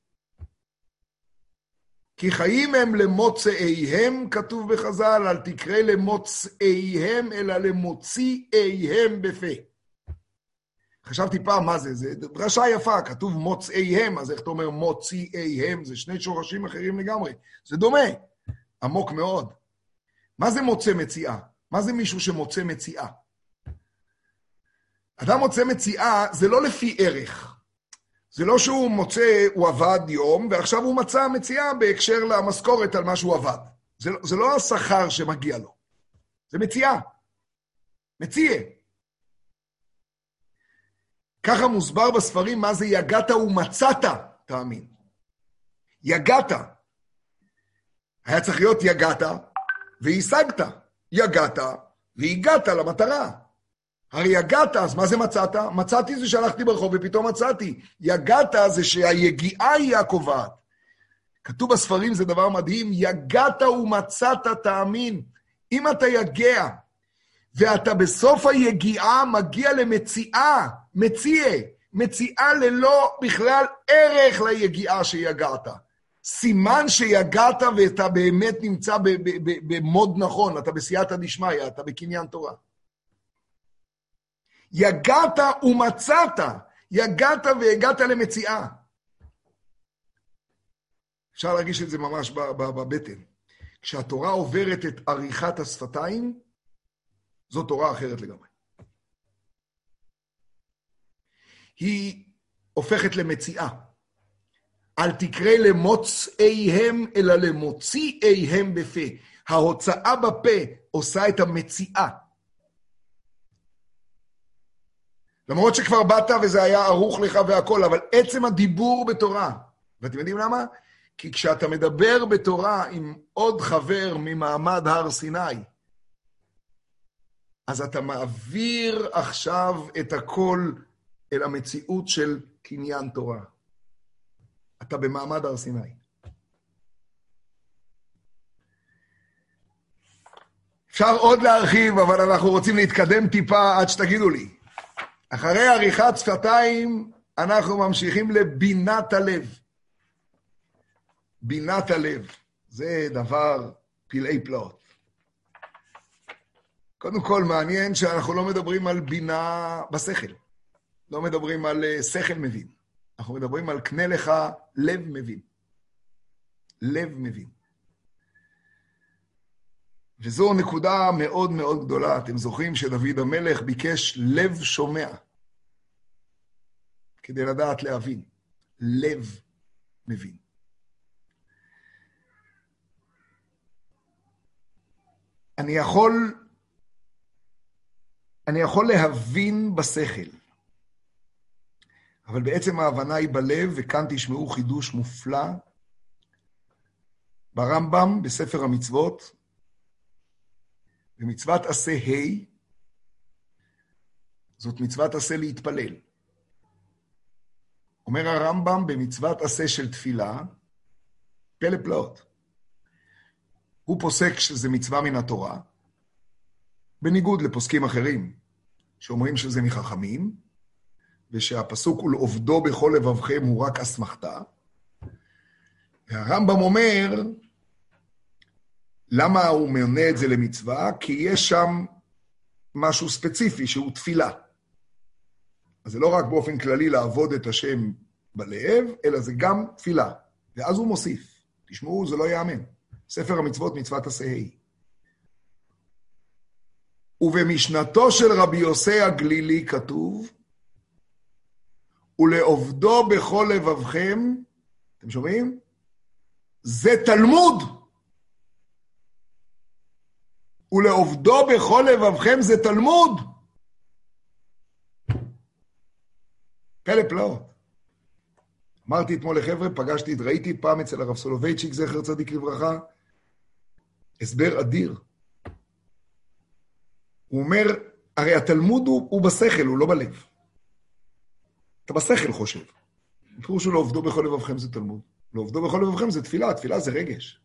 כי חיים הם למוצאיהם, כתוב בחז"ל, אל תקרא למוצאיהם, אלא למוציאיהם בפה. חשבתי פעם מה זה, זה דרשה יפה, כתוב מוצאיהם, אז איך אתה אומר מוציאיהם? זה שני שורשים אחרים לגמרי. זה דומה, עמוק מאוד. מה זה מוצא מציאה? מה זה מישהו שמוצא מציאה? אדם מוצא מציאה זה לא לפי ערך. זה לא שהוא מוצא, הוא עבד יום, ועכשיו הוא מצא מציאה בהקשר למשכורת על מה שהוא עבד. זה, זה לא השכר שמגיע לו. זה מציאה. מציאה. ככה מוסבר בספרים מה זה יגעת ומצאת, תאמין. יגעת. היה צריך להיות יגעת והשגת. יגעת והגעת למטרה. הרי יגעת, אז מה זה מצאת? מצאתי זה שהלכתי ברחוב ופתאום מצאתי. יגעת זה שהיגיעה היא הקובעת. כתוב בספרים, זה דבר מדהים, יגעת ומצאת, תאמין. אם אתה יגע, ואתה בסוף היגיעה מגיע למציאה, מציאה, מציאה ללא בכלל ערך ליגיעה שיגעת. סימן שיגעת ואתה באמת נמצא במוד נכון, אתה בסייעתא דשמיא, אתה בקניין תורה. יגעת ומצאת, יגעת והגעת למציאה. אפשר להרגיש את זה ממש בבטן. כשהתורה עוברת את עריכת השפתיים, זו תורה אחרת לגמרי. היא הופכת למציאה. אל תקרא למוצאיהם, אלא למוציאיהם בפה. ההוצאה בפה עושה את המציאה. למרות שכבר באת וזה היה ערוך לך והכל, אבל עצם הדיבור בתורה, ואתם יודעים למה? כי כשאתה מדבר בתורה עם עוד חבר ממעמד הר סיני, אז אתה מעביר עכשיו את הכל אל המציאות של קניין תורה. אתה במעמד הר סיני. אפשר עוד להרחיב, אבל אנחנו רוצים להתקדם טיפה עד שתגידו לי. אחרי עריכת שפתיים, אנחנו ממשיכים לבינת הלב. בינת הלב, זה דבר פלאי פלאות. קודם כל, מעניין שאנחנו לא מדברים על בינה בשכל. לא מדברים על שכל מבין. אנחנו מדברים על קנה לך לב מבין. לב מבין. וזו נקודה מאוד מאוד גדולה. אתם זוכרים שדוד המלך ביקש לב שומע. כדי לדעת להבין. לב מבין. אני יכול, אני יכול להבין בשכל. אבל בעצם ההבנה היא בלב, וכאן תשמעו חידוש מופלא. ברמב"ם, בספר המצוות, במצוות עשה ה', זאת מצוות עשה להתפלל. אומר הרמב"ם במצוות עשה של תפילה, פלא פלאות. הוא פוסק שזה מצווה מן התורה, בניגוד לפוסקים אחרים, שאומרים שזה מחכמים, ושהפסוק הוא לעובדו בכל לבבכם הוא רק אסמכתה. והרמב"ם אומר, למה הוא מונה את זה למצווה? כי יש שם משהו ספציפי שהוא תפילה. אז זה לא רק באופן כללי לעבוד את השם בלב, אלא זה גם תפילה. ואז הוא מוסיף. תשמעו, זה לא יאמן. ספר המצוות מצוות עשה ה'. ובמשנתו של רבי יוסי הגלילי כתוב, ולעובדו בכל לבבכם, אתם שומעים? זה תלמוד. ולעובדו בכל לבבכם זה תלמוד. פלא פלאות. אמרתי אתמול לחבר'ה, פגשתי, ראיתי פעם אצל הרב סולובייצ'יק, זכר צדיק לברכה, הסבר אדיר. הוא אומר, הרי התלמוד הוא, הוא בשכל, הוא לא בלב. אתה בשכל חושב. פירוש הוא לעובדו בכל לבבכם זה תלמוד. לעובדו בכל לבבכם זה תפילה, תפילה זה רגש.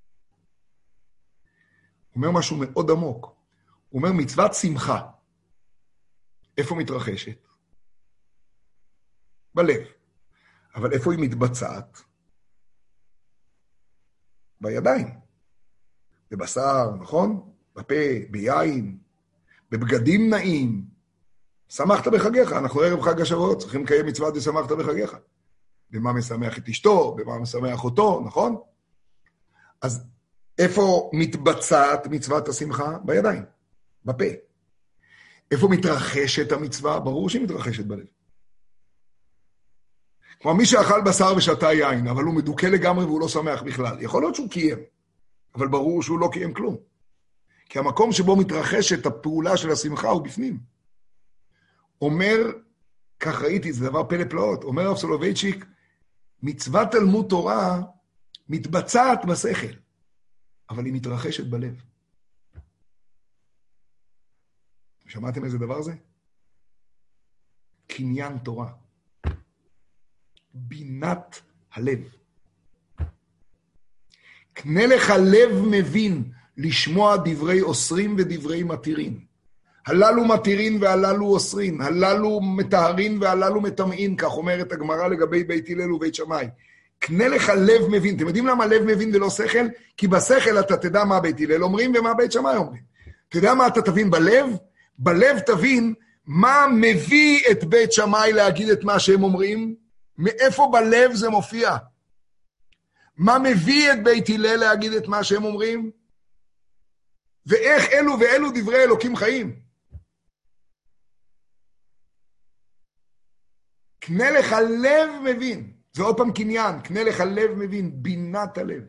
הוא אומר משהו מאוד עמוק. הוא אומר מצוות שמחה. איפה מתרחשת? בלב. אבל איפה היא מתבצעת? בידיים. בבשר, נכון? בפה, ביין, בבגדים נעים. שמחת בחגיך, אנחנו ערב חג השבועות, צריכים לקיים מצוות ושמחת בחגיך. במה משמח את אשתו, במה משמח אותו, נכון? אז איפה מתבצעת מצוות השמחה? בידיים, בפה. איפה מתרחשת המצווה? ברור שהיא מתרחשת בלב. כלומר, מי שאכל בשר ושתה יין, אבל הוא מדוכא לגמרי והוא לא שמח בכלל. יכול להיות שהוא קיים, אבל ברור שהוא לא קיים כלום. כי המקום שבו מתרחשת הפעולה של השמחה הוא בפנים. אומר, כך ראיתי, זה דבר פלא פלאות, אומר הרב סולובייצ'יק, מצוות תלמוד תורה מתבצעת בשכל, אבל היא מתרחשת בלב. שמעתם איזה דבר זה? קניין תורה. בינת הלב. קנה לך לב מבין לשמוע דברי אוסרים ודברי מתירים. הללו מתירין והללו אוסרין, הללו מטהרין והללו מטמאין, כך אומרת הגמרא לגבי בית הלל ובית שמאי. קנה לך לב מבין. אתם יודעים למה לב מבין ולא שכל? כי בשכל אתה תדע מה בית הלל אומרים ומה בית שמאי אומרים. אתה יודע מה אתה תבין בלב? בלב תבין מה מביא את בית שמאי להגיד את מה שהם אומרים, מאיפה בלב זה מופיע. מה מביא את בית הלל להגיד את מה שהם אומרים, ואיך אלו ואלו דברי אלוקים חיים. קנה לך לב מבין, זה עוד פעם קניין, קנה לך לב מבין, בינת הלב.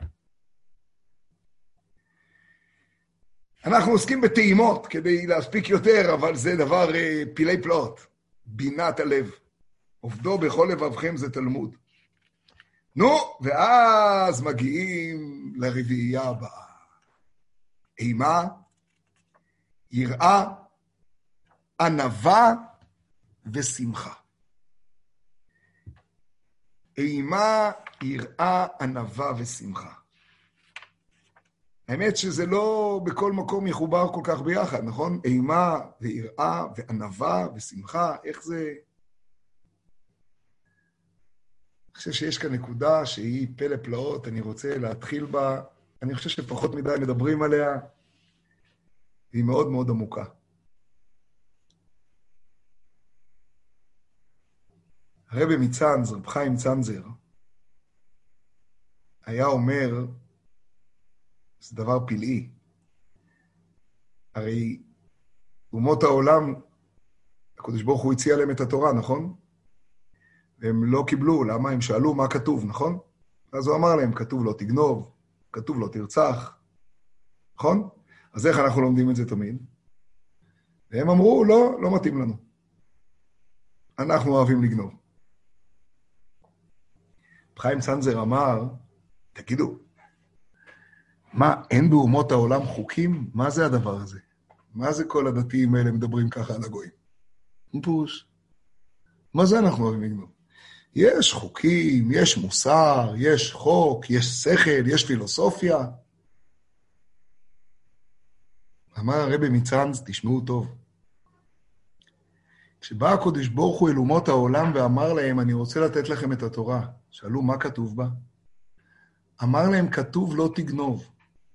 אנחנו עוסקים בטעימות כדי להספיק יותר, אבל זה דבר uh, פילי פלאות. בינת הלב. עובדו בכל לבבכם זה תלמוד. נו, ואז מגיעים לרביעייה הבאה. אימה, יראה, ענווה ושמחה. אימה, יראה, ענווה ושמחה. האמת שזה לא בכל מקום יחובר כל כך ביחד, נכון? אימה ויראה וענווה ושמחה, איך זה? אני חושב שיש כאן נקודה שהיא פלא פלאות, אני רוצה להתחיל בה, אני חושב שפחות מדי מדברים עליה, והיא מאוד מאוד עמוקה. הרבי מצאנז, רב חיים צנזר, היה אומר, זה דבר פלאי. הרי אומות העולם, הקדוש ברוך הוא הציע להם את התורה, נכון? והם לא קיבלו, למה? הם שאלו מה כתוב, נכון? אז הוא אמר להם, כתוב לא תגנוב, כתוב לא תרצח, נכון? אז איך אנחנו לומדים את זה תמיד? והם אמרו, לא, לא מתאים לנו. אנחנו אוהבים לגנוב. חיים צנזר אמר, תגידו, מה, אין באומות העולם חוקים? מה זה הדבר הזה? מה זה כל הדתיים האלה מדברים ככה על הגויים? פוש. מה זה אנחנו אוהבים לגנוב? יש חוקים, יש מוסר, יש חוק, יש שכל, יש פילוסופיה. אמר הרבי מצאנז, תשמעו טוב. כשבא הקדוש ברוך הוא אל אומות העולם ואמר להם, אני רוצה לתת לכם את התורה, שאלו מה כתוב בה? אמר להם, כתוב לא תגנוב.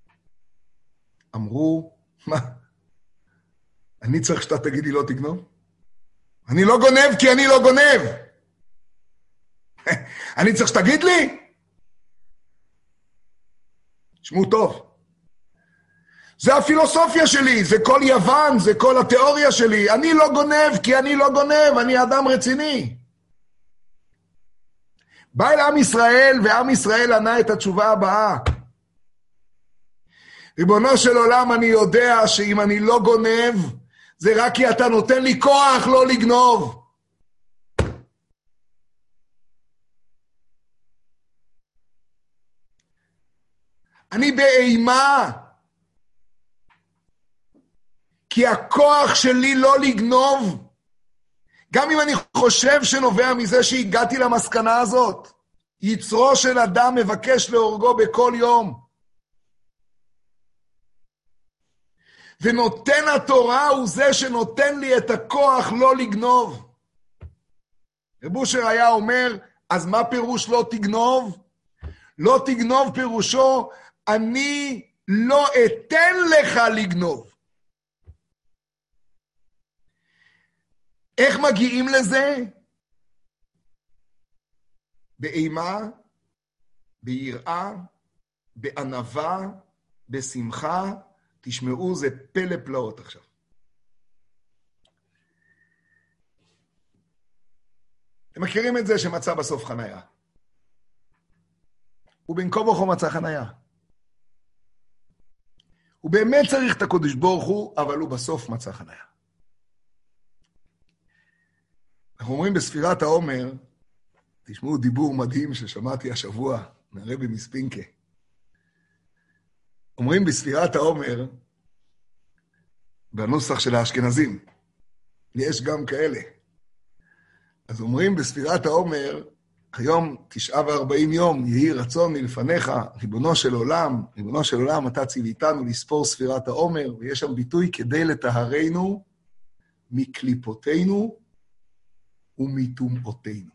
אמרו, מה? אני צריך שאתה תגידי לא תגנוב? אני לא גונב כי אני לא גונב. אני צריך שתגיד לי? שמעו טוב. זה הפילוסופיה שלי, זה כל יוון, זה כל התיאוריה שלי. אני לא גונב כי אני לא גונב, אני אדם רציני. בא אל עם ישראל, ועם ישראל ענה את התשובה הבאה. ריבונו של עולם, אני יודע שאם אני לא גונב, זה רק כי אתה נותן לי כוח לא לגנוב. אני באימה, כי הכוח שלי לא לגנוב, גם אם אני חושב שנובע מזה שהגעתי למסקנה הזאת, יצרו של אדם מבקש להורגו בכל יום. ונותן התורה הוא זה שנותן לי את הכוח לא לגנוב. רב אושר היה אומר, אז מה פירוש לא תגנוב? לא תגנוב פירושו, אני לא אתן לך לגנוב. איך מגיעים לזה? באימה, ביראה, בענווה, בשמחה. תשמעו, זה פלא פלאות עכשיו. אתם מכירים את זה שמצא בסוף חנייה. הוא בין כה וכה מצא חנייה. הוא באמת צריך את הקודש ברוך הוא, אבל הוא בסוף מצא חנייה. אנחנו אומרים בספירת העומר, תשמעו דיבור מדהים ששמעתי השבוע, מהרבי מספינקה. אומרים בספירת העומר, בנוסח של האשכנזים, יש גם כאלה. אז אומרים בספירת העומר, היום תשעה וארבעים יום, יהי רצון מלפניך, ריבונו של עולם, ריבונו של עולם, אתה ציוויתנו לספור ספירת העומר, ויש שם ביטוי כדי לטהרנו מקליפותינו ומטומאותינו.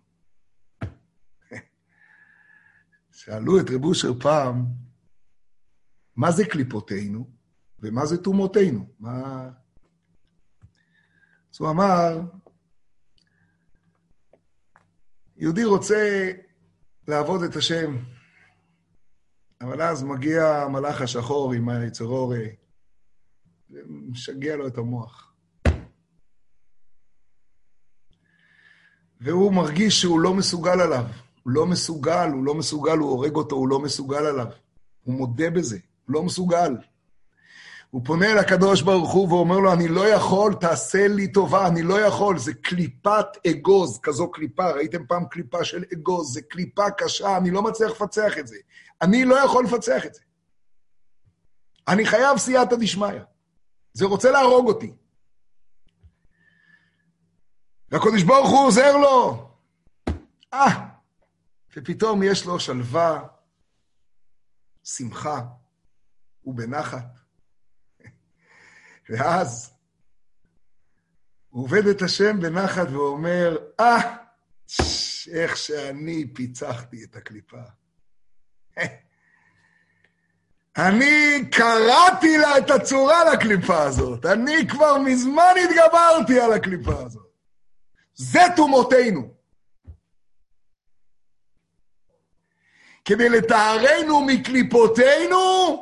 שאלו את רב אושר פעם, מה זה קליפותינו ומה זה טומאותינו? מה... אז הוא אמר, יהודי רוצה לעבוד את השם, אבל אז מגיע המלאך השחור עם היצר אור, ומשגע לו את המוח. והוא מרגיש שהוא לא מסוגל עליו. הוא לא מסוגל, הוא לא מסוגל, הוא הורג אותו, הוא לא מסוגל עליו. הוא מודה בזה, הוא לא מסוגל. הוא פונה אל הקדוש ברוך הוא ואומר לו, אני לא יכול, תעשה לי טובה, אני לא יכול, זה קליפת אגוז, כזו קליפה, ראיתם פעם קליפה של אגוז, זה קליפה קשה, אני לא מצליח לפצח את זה. אני לא יכול לפצח את זה. אני חייב סייעתא דשמיא. זה רוצה להרוג אותי. והקדוש ברוך הוא עוזר לו. אה, ופתאום יש לו שלווה, שמחה ובנחת. ואז הוא עובד את השם בנחת ואומר, אה, איך שאני פיצחתי את הקליפה. אני קראתי לה את הצורה לקליפה הזאת. אני כבר מזמן התגברתי על הקליפה הזאת. זה תומותינו. כדי לטהרנו מקליפותינו,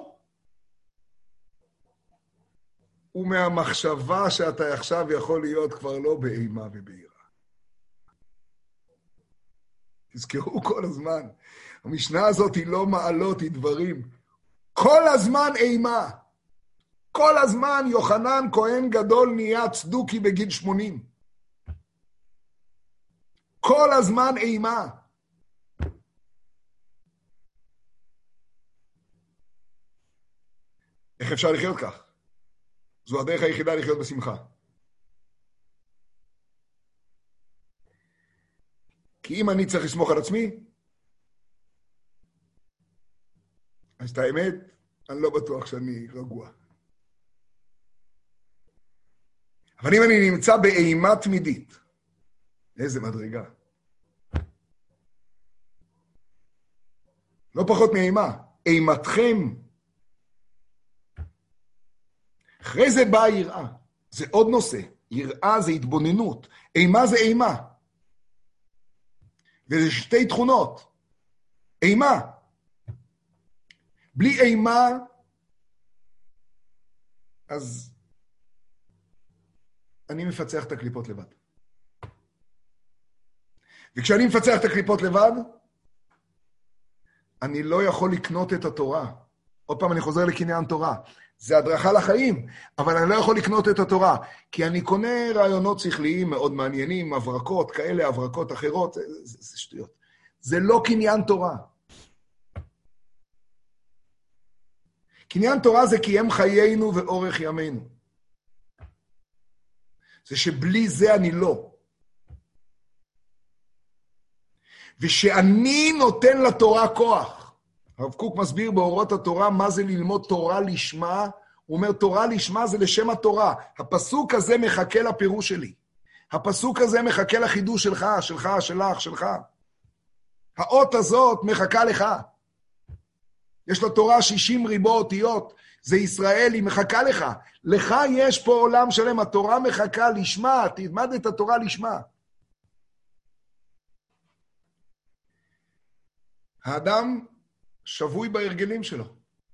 ומהמחשבה שאתה עכשיו יכול להיות כבר לא באימה ובעירה. תזכרו כל הזמן, המשנה הזאת היא לא מעלות, היא דברים. כל הזמן אימה. כל הזמן יוחנן כהן גדול נהיה צדוקי בגיל שמונים. כל הזמן אימה. איך אפשר לחיות כך? זו הדרך היחידה לחיות בשמחה. כי אם אני צריך לסמוך על עצמי, אז את האמת, אני לא בטוח שאני רגוע. אבל אם אני נמצא באימה תמידית, איזה מדרגה. לא פחות מאימה, אימתכם. אחרי זה באה יראה, זה עוד נושא. יראה זה התבוננות, אימה זה אימה. וזה שתי תכונות. אימה. בלי אימה, אז אני מפצח את הקליפות לבד. וכשאני מפצח את הקליפות לבד, אני לא יכול לקנות את התורה. עוד פעם אני חוזר לקניין תורה. זה הדרכה לחיים, אבל אני לא יכול לקנות את התורה, כי אני קונה רעיונות שכליים מאוד מעניינים, הברקות כאלה, הברקות אחרות, זה, זה, זה שטויות. זה לא קניין תורה. קניין תורה זה קיים חיינו ואורך ימינו. זה שבלי זה אני לא. ושאני נותן לתורה כוח. הרב קוק מסביר באורות התורה מה זה ללמוד תורה לשמה. הוא אומר תורה לשמה זה לשם התורה. הפסוק הזה מחכה לפירוש שלי. הפסוק הזה מחכה לחידוש שלך, שלך, שלך, שלך. האות הזאת מחכה לך. יש לתורה שישים ריבו אותיות. זה ישראל, היא מחכה לך. לך יש פה עולם שלם. התורה מחכה לשמה. תלמד את התורה לשמה. האדם שבוי בהרגלים שלו.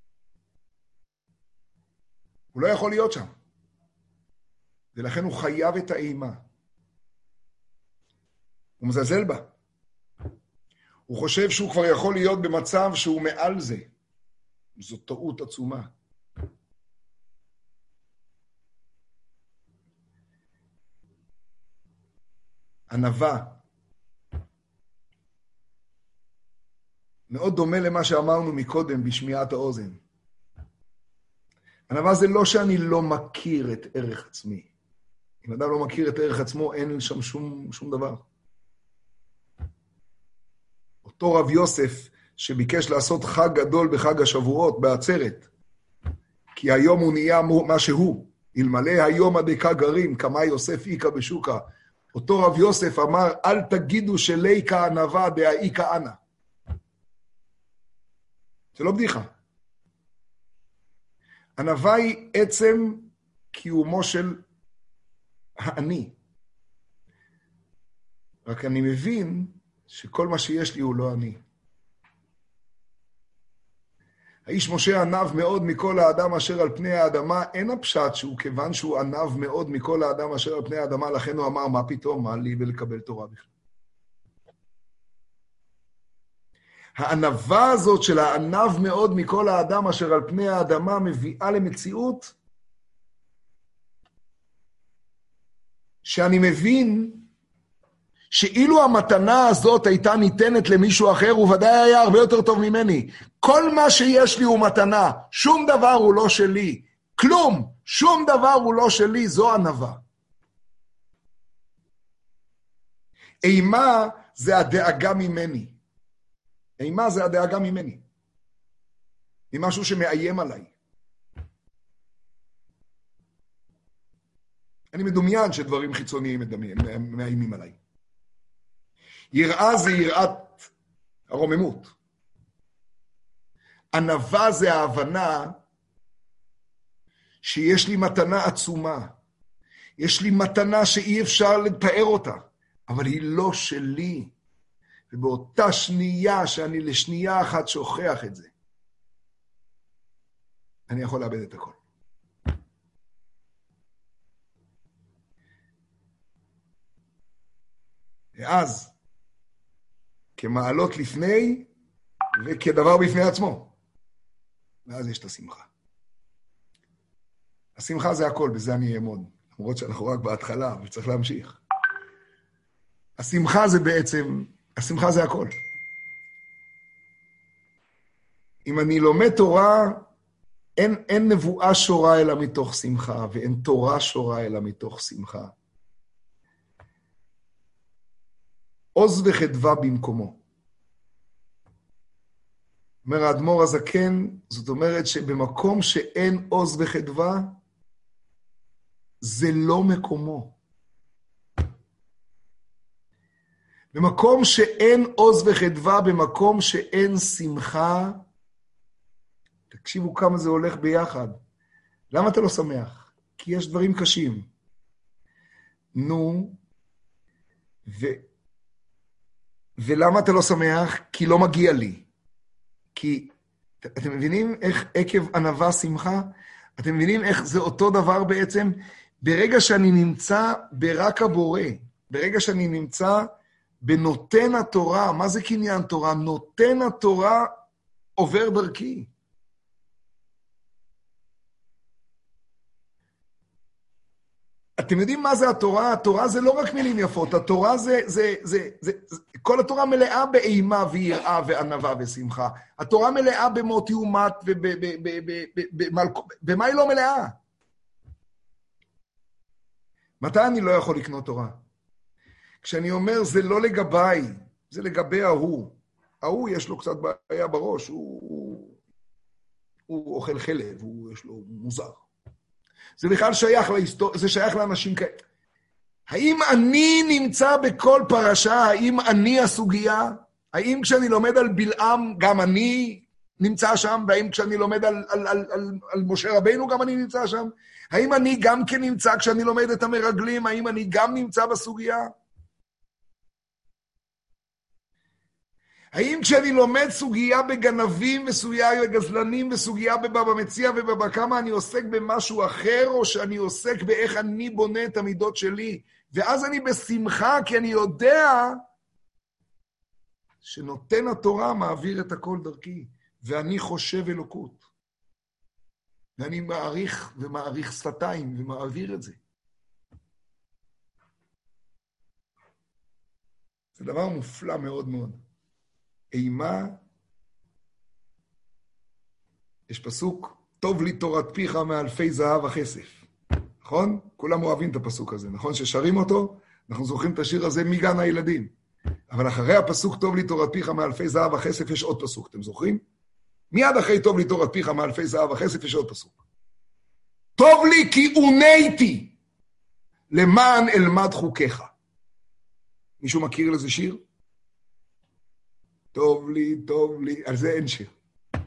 הוא לא יכול להיות שם. ולכן הוא חייב את האימה. הוא מזלזל בה. הוא חושב שהוא כבר יכול להיות במצב שהוא מעל זה. זו טעות עצומה. ענווה. מאוד דומה למה שאמרנו מקודם בשמיעת האוזן. ענווה זה לא שאני לא מכיר את ערך עצמי. אם אדם לא מכיר את ערך עצמו, אין שם שום, שום דבר. אותו רב יוסף שביקש לעשות חג גדול בחג השבועות בעצרת, כי היום הוא נהיה מה שהוא, אלמלא היום הדקה גרים, כמה יוסף איקה בשוקה. אותו רב יוסף אמר, אל תגידו שליקה ענווה דאיקה אנה. זה לא בדיחה. ענווה היא עצם קיומו של האני. רק אני מבין שכל מה שיש לי הוא לא אני. האיש משה ענב מאוד מכל האדם אשר על פני האדמה, אין הפשט שהוא כיוון שהוא ענב מאוד מכל האדם אשר על פני האדמה, לכן הוא אמר, מה פתאום, מה לי ולקבל תורה בכלל. הענבה הזאת של הענב מאוד מכל האדם אשר על פני האדמה מביאה למציאות שאני מבין שאילו המתנה הזאת הייתה ניתנת למישהו אחר, הוא ודאי היה הרבה יותר טוב ממני. כל מה שיש לי הוא מתנה, שום דבר הוא לא שלי. כלום, שום דבר הוא לא שלי, זו ענווה. אימה זה הדאגה ממני. אימה זה הדאגה ממני. ממשהו שמאיים עליי. אני מדומיין שדברים חיצוניים מאיימים עליי. יראה זה יראת הרוממות. ענווה זה ההבנה שיש לי מתנה עצומה. יש לי מתנה שאי אפשר לתאר אותה, אבל היא לא שלי. ובאותה שנייה שאני לשנייה אחת שוכח את זה, אני יכול לאבד את הכל. ואז, כמעלות לפני, וכדבר בפני עצמו. ואז יש את השמחה. השמחה זה הכל, בזה אני אעמוד. למרות שאנחנו רק בהתחלה, וצריך להמשיך. השמחה זה בעצם, השמחה זה הכל. אם אני לומד תורה, אין, אין נבואה שורה אלא מתוך שמחה, ואין תורה שורה אלא מתוך שמחה. עוז וחדווה במקומו. אומר האדמו"ר הזקן, זאת אומרת שבמקום שאין עוז וחדווה, זה לא מקומו. במקום שאין עוז וחדווה, במקום שאין שמחה, תקשיבו כמה זה הולך ביחד. למה אתה לא שמח? כי יש דברים קשים. נו, ו... ולמה אתה לא שמח? כי לא מגיע לי. כי, אתם מבינים איך עקב ענווה שמחה? אתם מבינים איך זה אותו דבר בעצם? ברגע שאני נמצא ברק הבורא, ברגע שאני נמצא בנותן התורה, מה זה קניין תורה? נותן התורה עובר דרכי. אתם יודעים מה זה התורה? התורה זה לא רק מילים יפות, התורה זה, זה, זה, זה, זה, כל התורה מלאה באימה ויראה וענווה ושמחה. התורה מלאה במות יומת ובמה היא לא מלאה? מתי אני לא יכול לקנות תורה? כשאני אומר זה לא לגביי, זה לגבי ההוא. ההוא יש לו קצת בעיה בראש, הוא, הוא, הוא אוכל חלב, הוא יש לו מוזר. זה בכלל שייך להיסטוריה, זה שייך לאנשים כאלה. האם אני נמצא בכל פרשה? האם אני הסוגיה? האם כשאני לומד על בלעם, גם אני נמצא שם? והאם כשאני לומד על, על, על, על, על משה רבינו, גם אני נמצא שם? האם אני גם כן נמצא כשאני לומד את המרגלים? האם אני גם נמצא בסוגיה? האם כשאני לומד סוגיה בגנבים וסוגיה בגזלנים וסוגיה בבבא מציע ובבא קמא, אני עוסק במשהו אחר, או שאני עוסק באיך אני בונה את המידות שלי? ואז אני בשמחה, כי אני יודע שנותן התורה מעביר את הכל דרכי, ואני חושב אלוקות. ואני מעריך ומעריך שפתיים ומעביר את זה. זה דבר מופלא מאוד מאוד. אימה, יש פסוק, טוב לי תורת פיך מאלפי זהב וכסף. נכון? כולם אוהבים את הפסוק הזה, נכון? ששרים אותו, אנחנו זוכרים את השיר הזה מגן הילדים. אבל אחרי הפסוק, טוב לי תורת פיך מאלפי זהב וכסף, יש עוד פסוק, אתם זוכרים? מיד אחרי טוב לי תורת פיך מאלפי זהב וכסף, יש עוד פסוק. טוב לי כי עוניתי, למען אלמד חוקיך. מישהו מכיר לזה שיר? טוב לי, טוב לי, על זה אין שיר.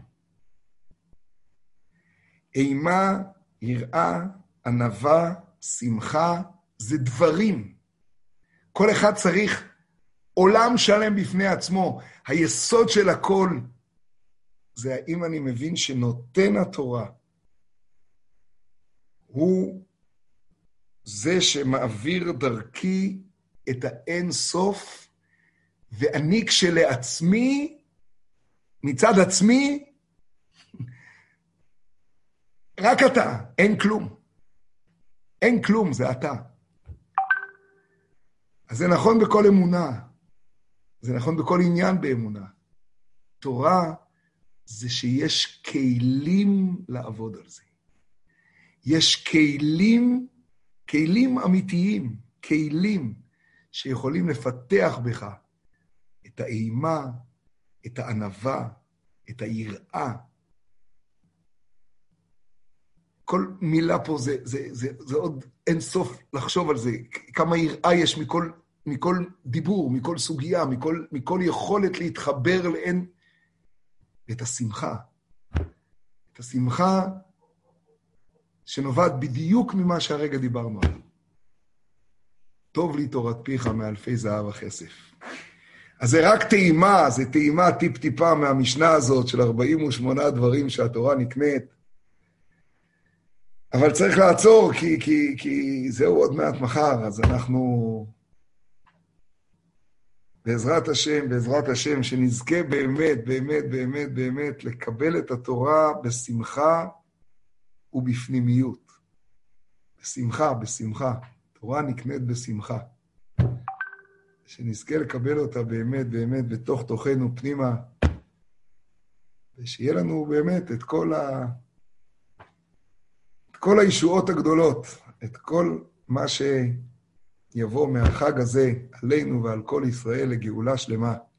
אימה, יראה, ענווה, שמחה, זה דברים. כל אחד צריך עולם שלם בפני עצמו. היסוד של הכל זה האם אני מבין שנותן התורה הוא זה שמעביר דרכי את האין סוף, ואני כשלעצמי, מצד עצמי, רק אתה, אין כלום. אין כלום, זה אתה. אז זה נכון בכל אמונה. זה נכון בכל עניין באמונה. תורה זה שיש כלים לעבוד על זה. יש כלים, כלים אמיתיים, כלים שיכולים לפתח בך את האימה, את הענווה, את היראה. כל מילה פה זה, זה, זה, זה עוד אין סוף לחשוב על זה. כמה יראה יש מכל, מכל דיבור, מכל סוגיה, מכל, מכל יכולת להתחבר לאין. את השמחה. את השמחה שנובעת בדיוק ממה שהרגע דיברנו עליו. טוב לי תורת פיך מאלפי זהב וכסף. אז זה רק טעימה, זה טעימה טיפ-טיפה מהמשנה הזאת של ארבעים ושמונה דברים שהתורה נקנית. אבל צריך לעצור, כי, כי, כי זהו עוד מעט מחר, אז אנחנו, בעזרת השם, בעזרת השם, שנזכה באמת, באמת, באמת, באמת, לקבל את התורה בשמחה ובפנימיות. בשמחה, בשמחה. תורה נקנית בשמחה. שנזכה לקבל אותה באמת, באמת, בתוך תוכנו פנימה, ושיהיה לנו באמת את כל ה... את כל הישועות הגדולות, את כל מה שיבוא מהחג הזה עלינו ועל כל ישראל לגאולה שלמה.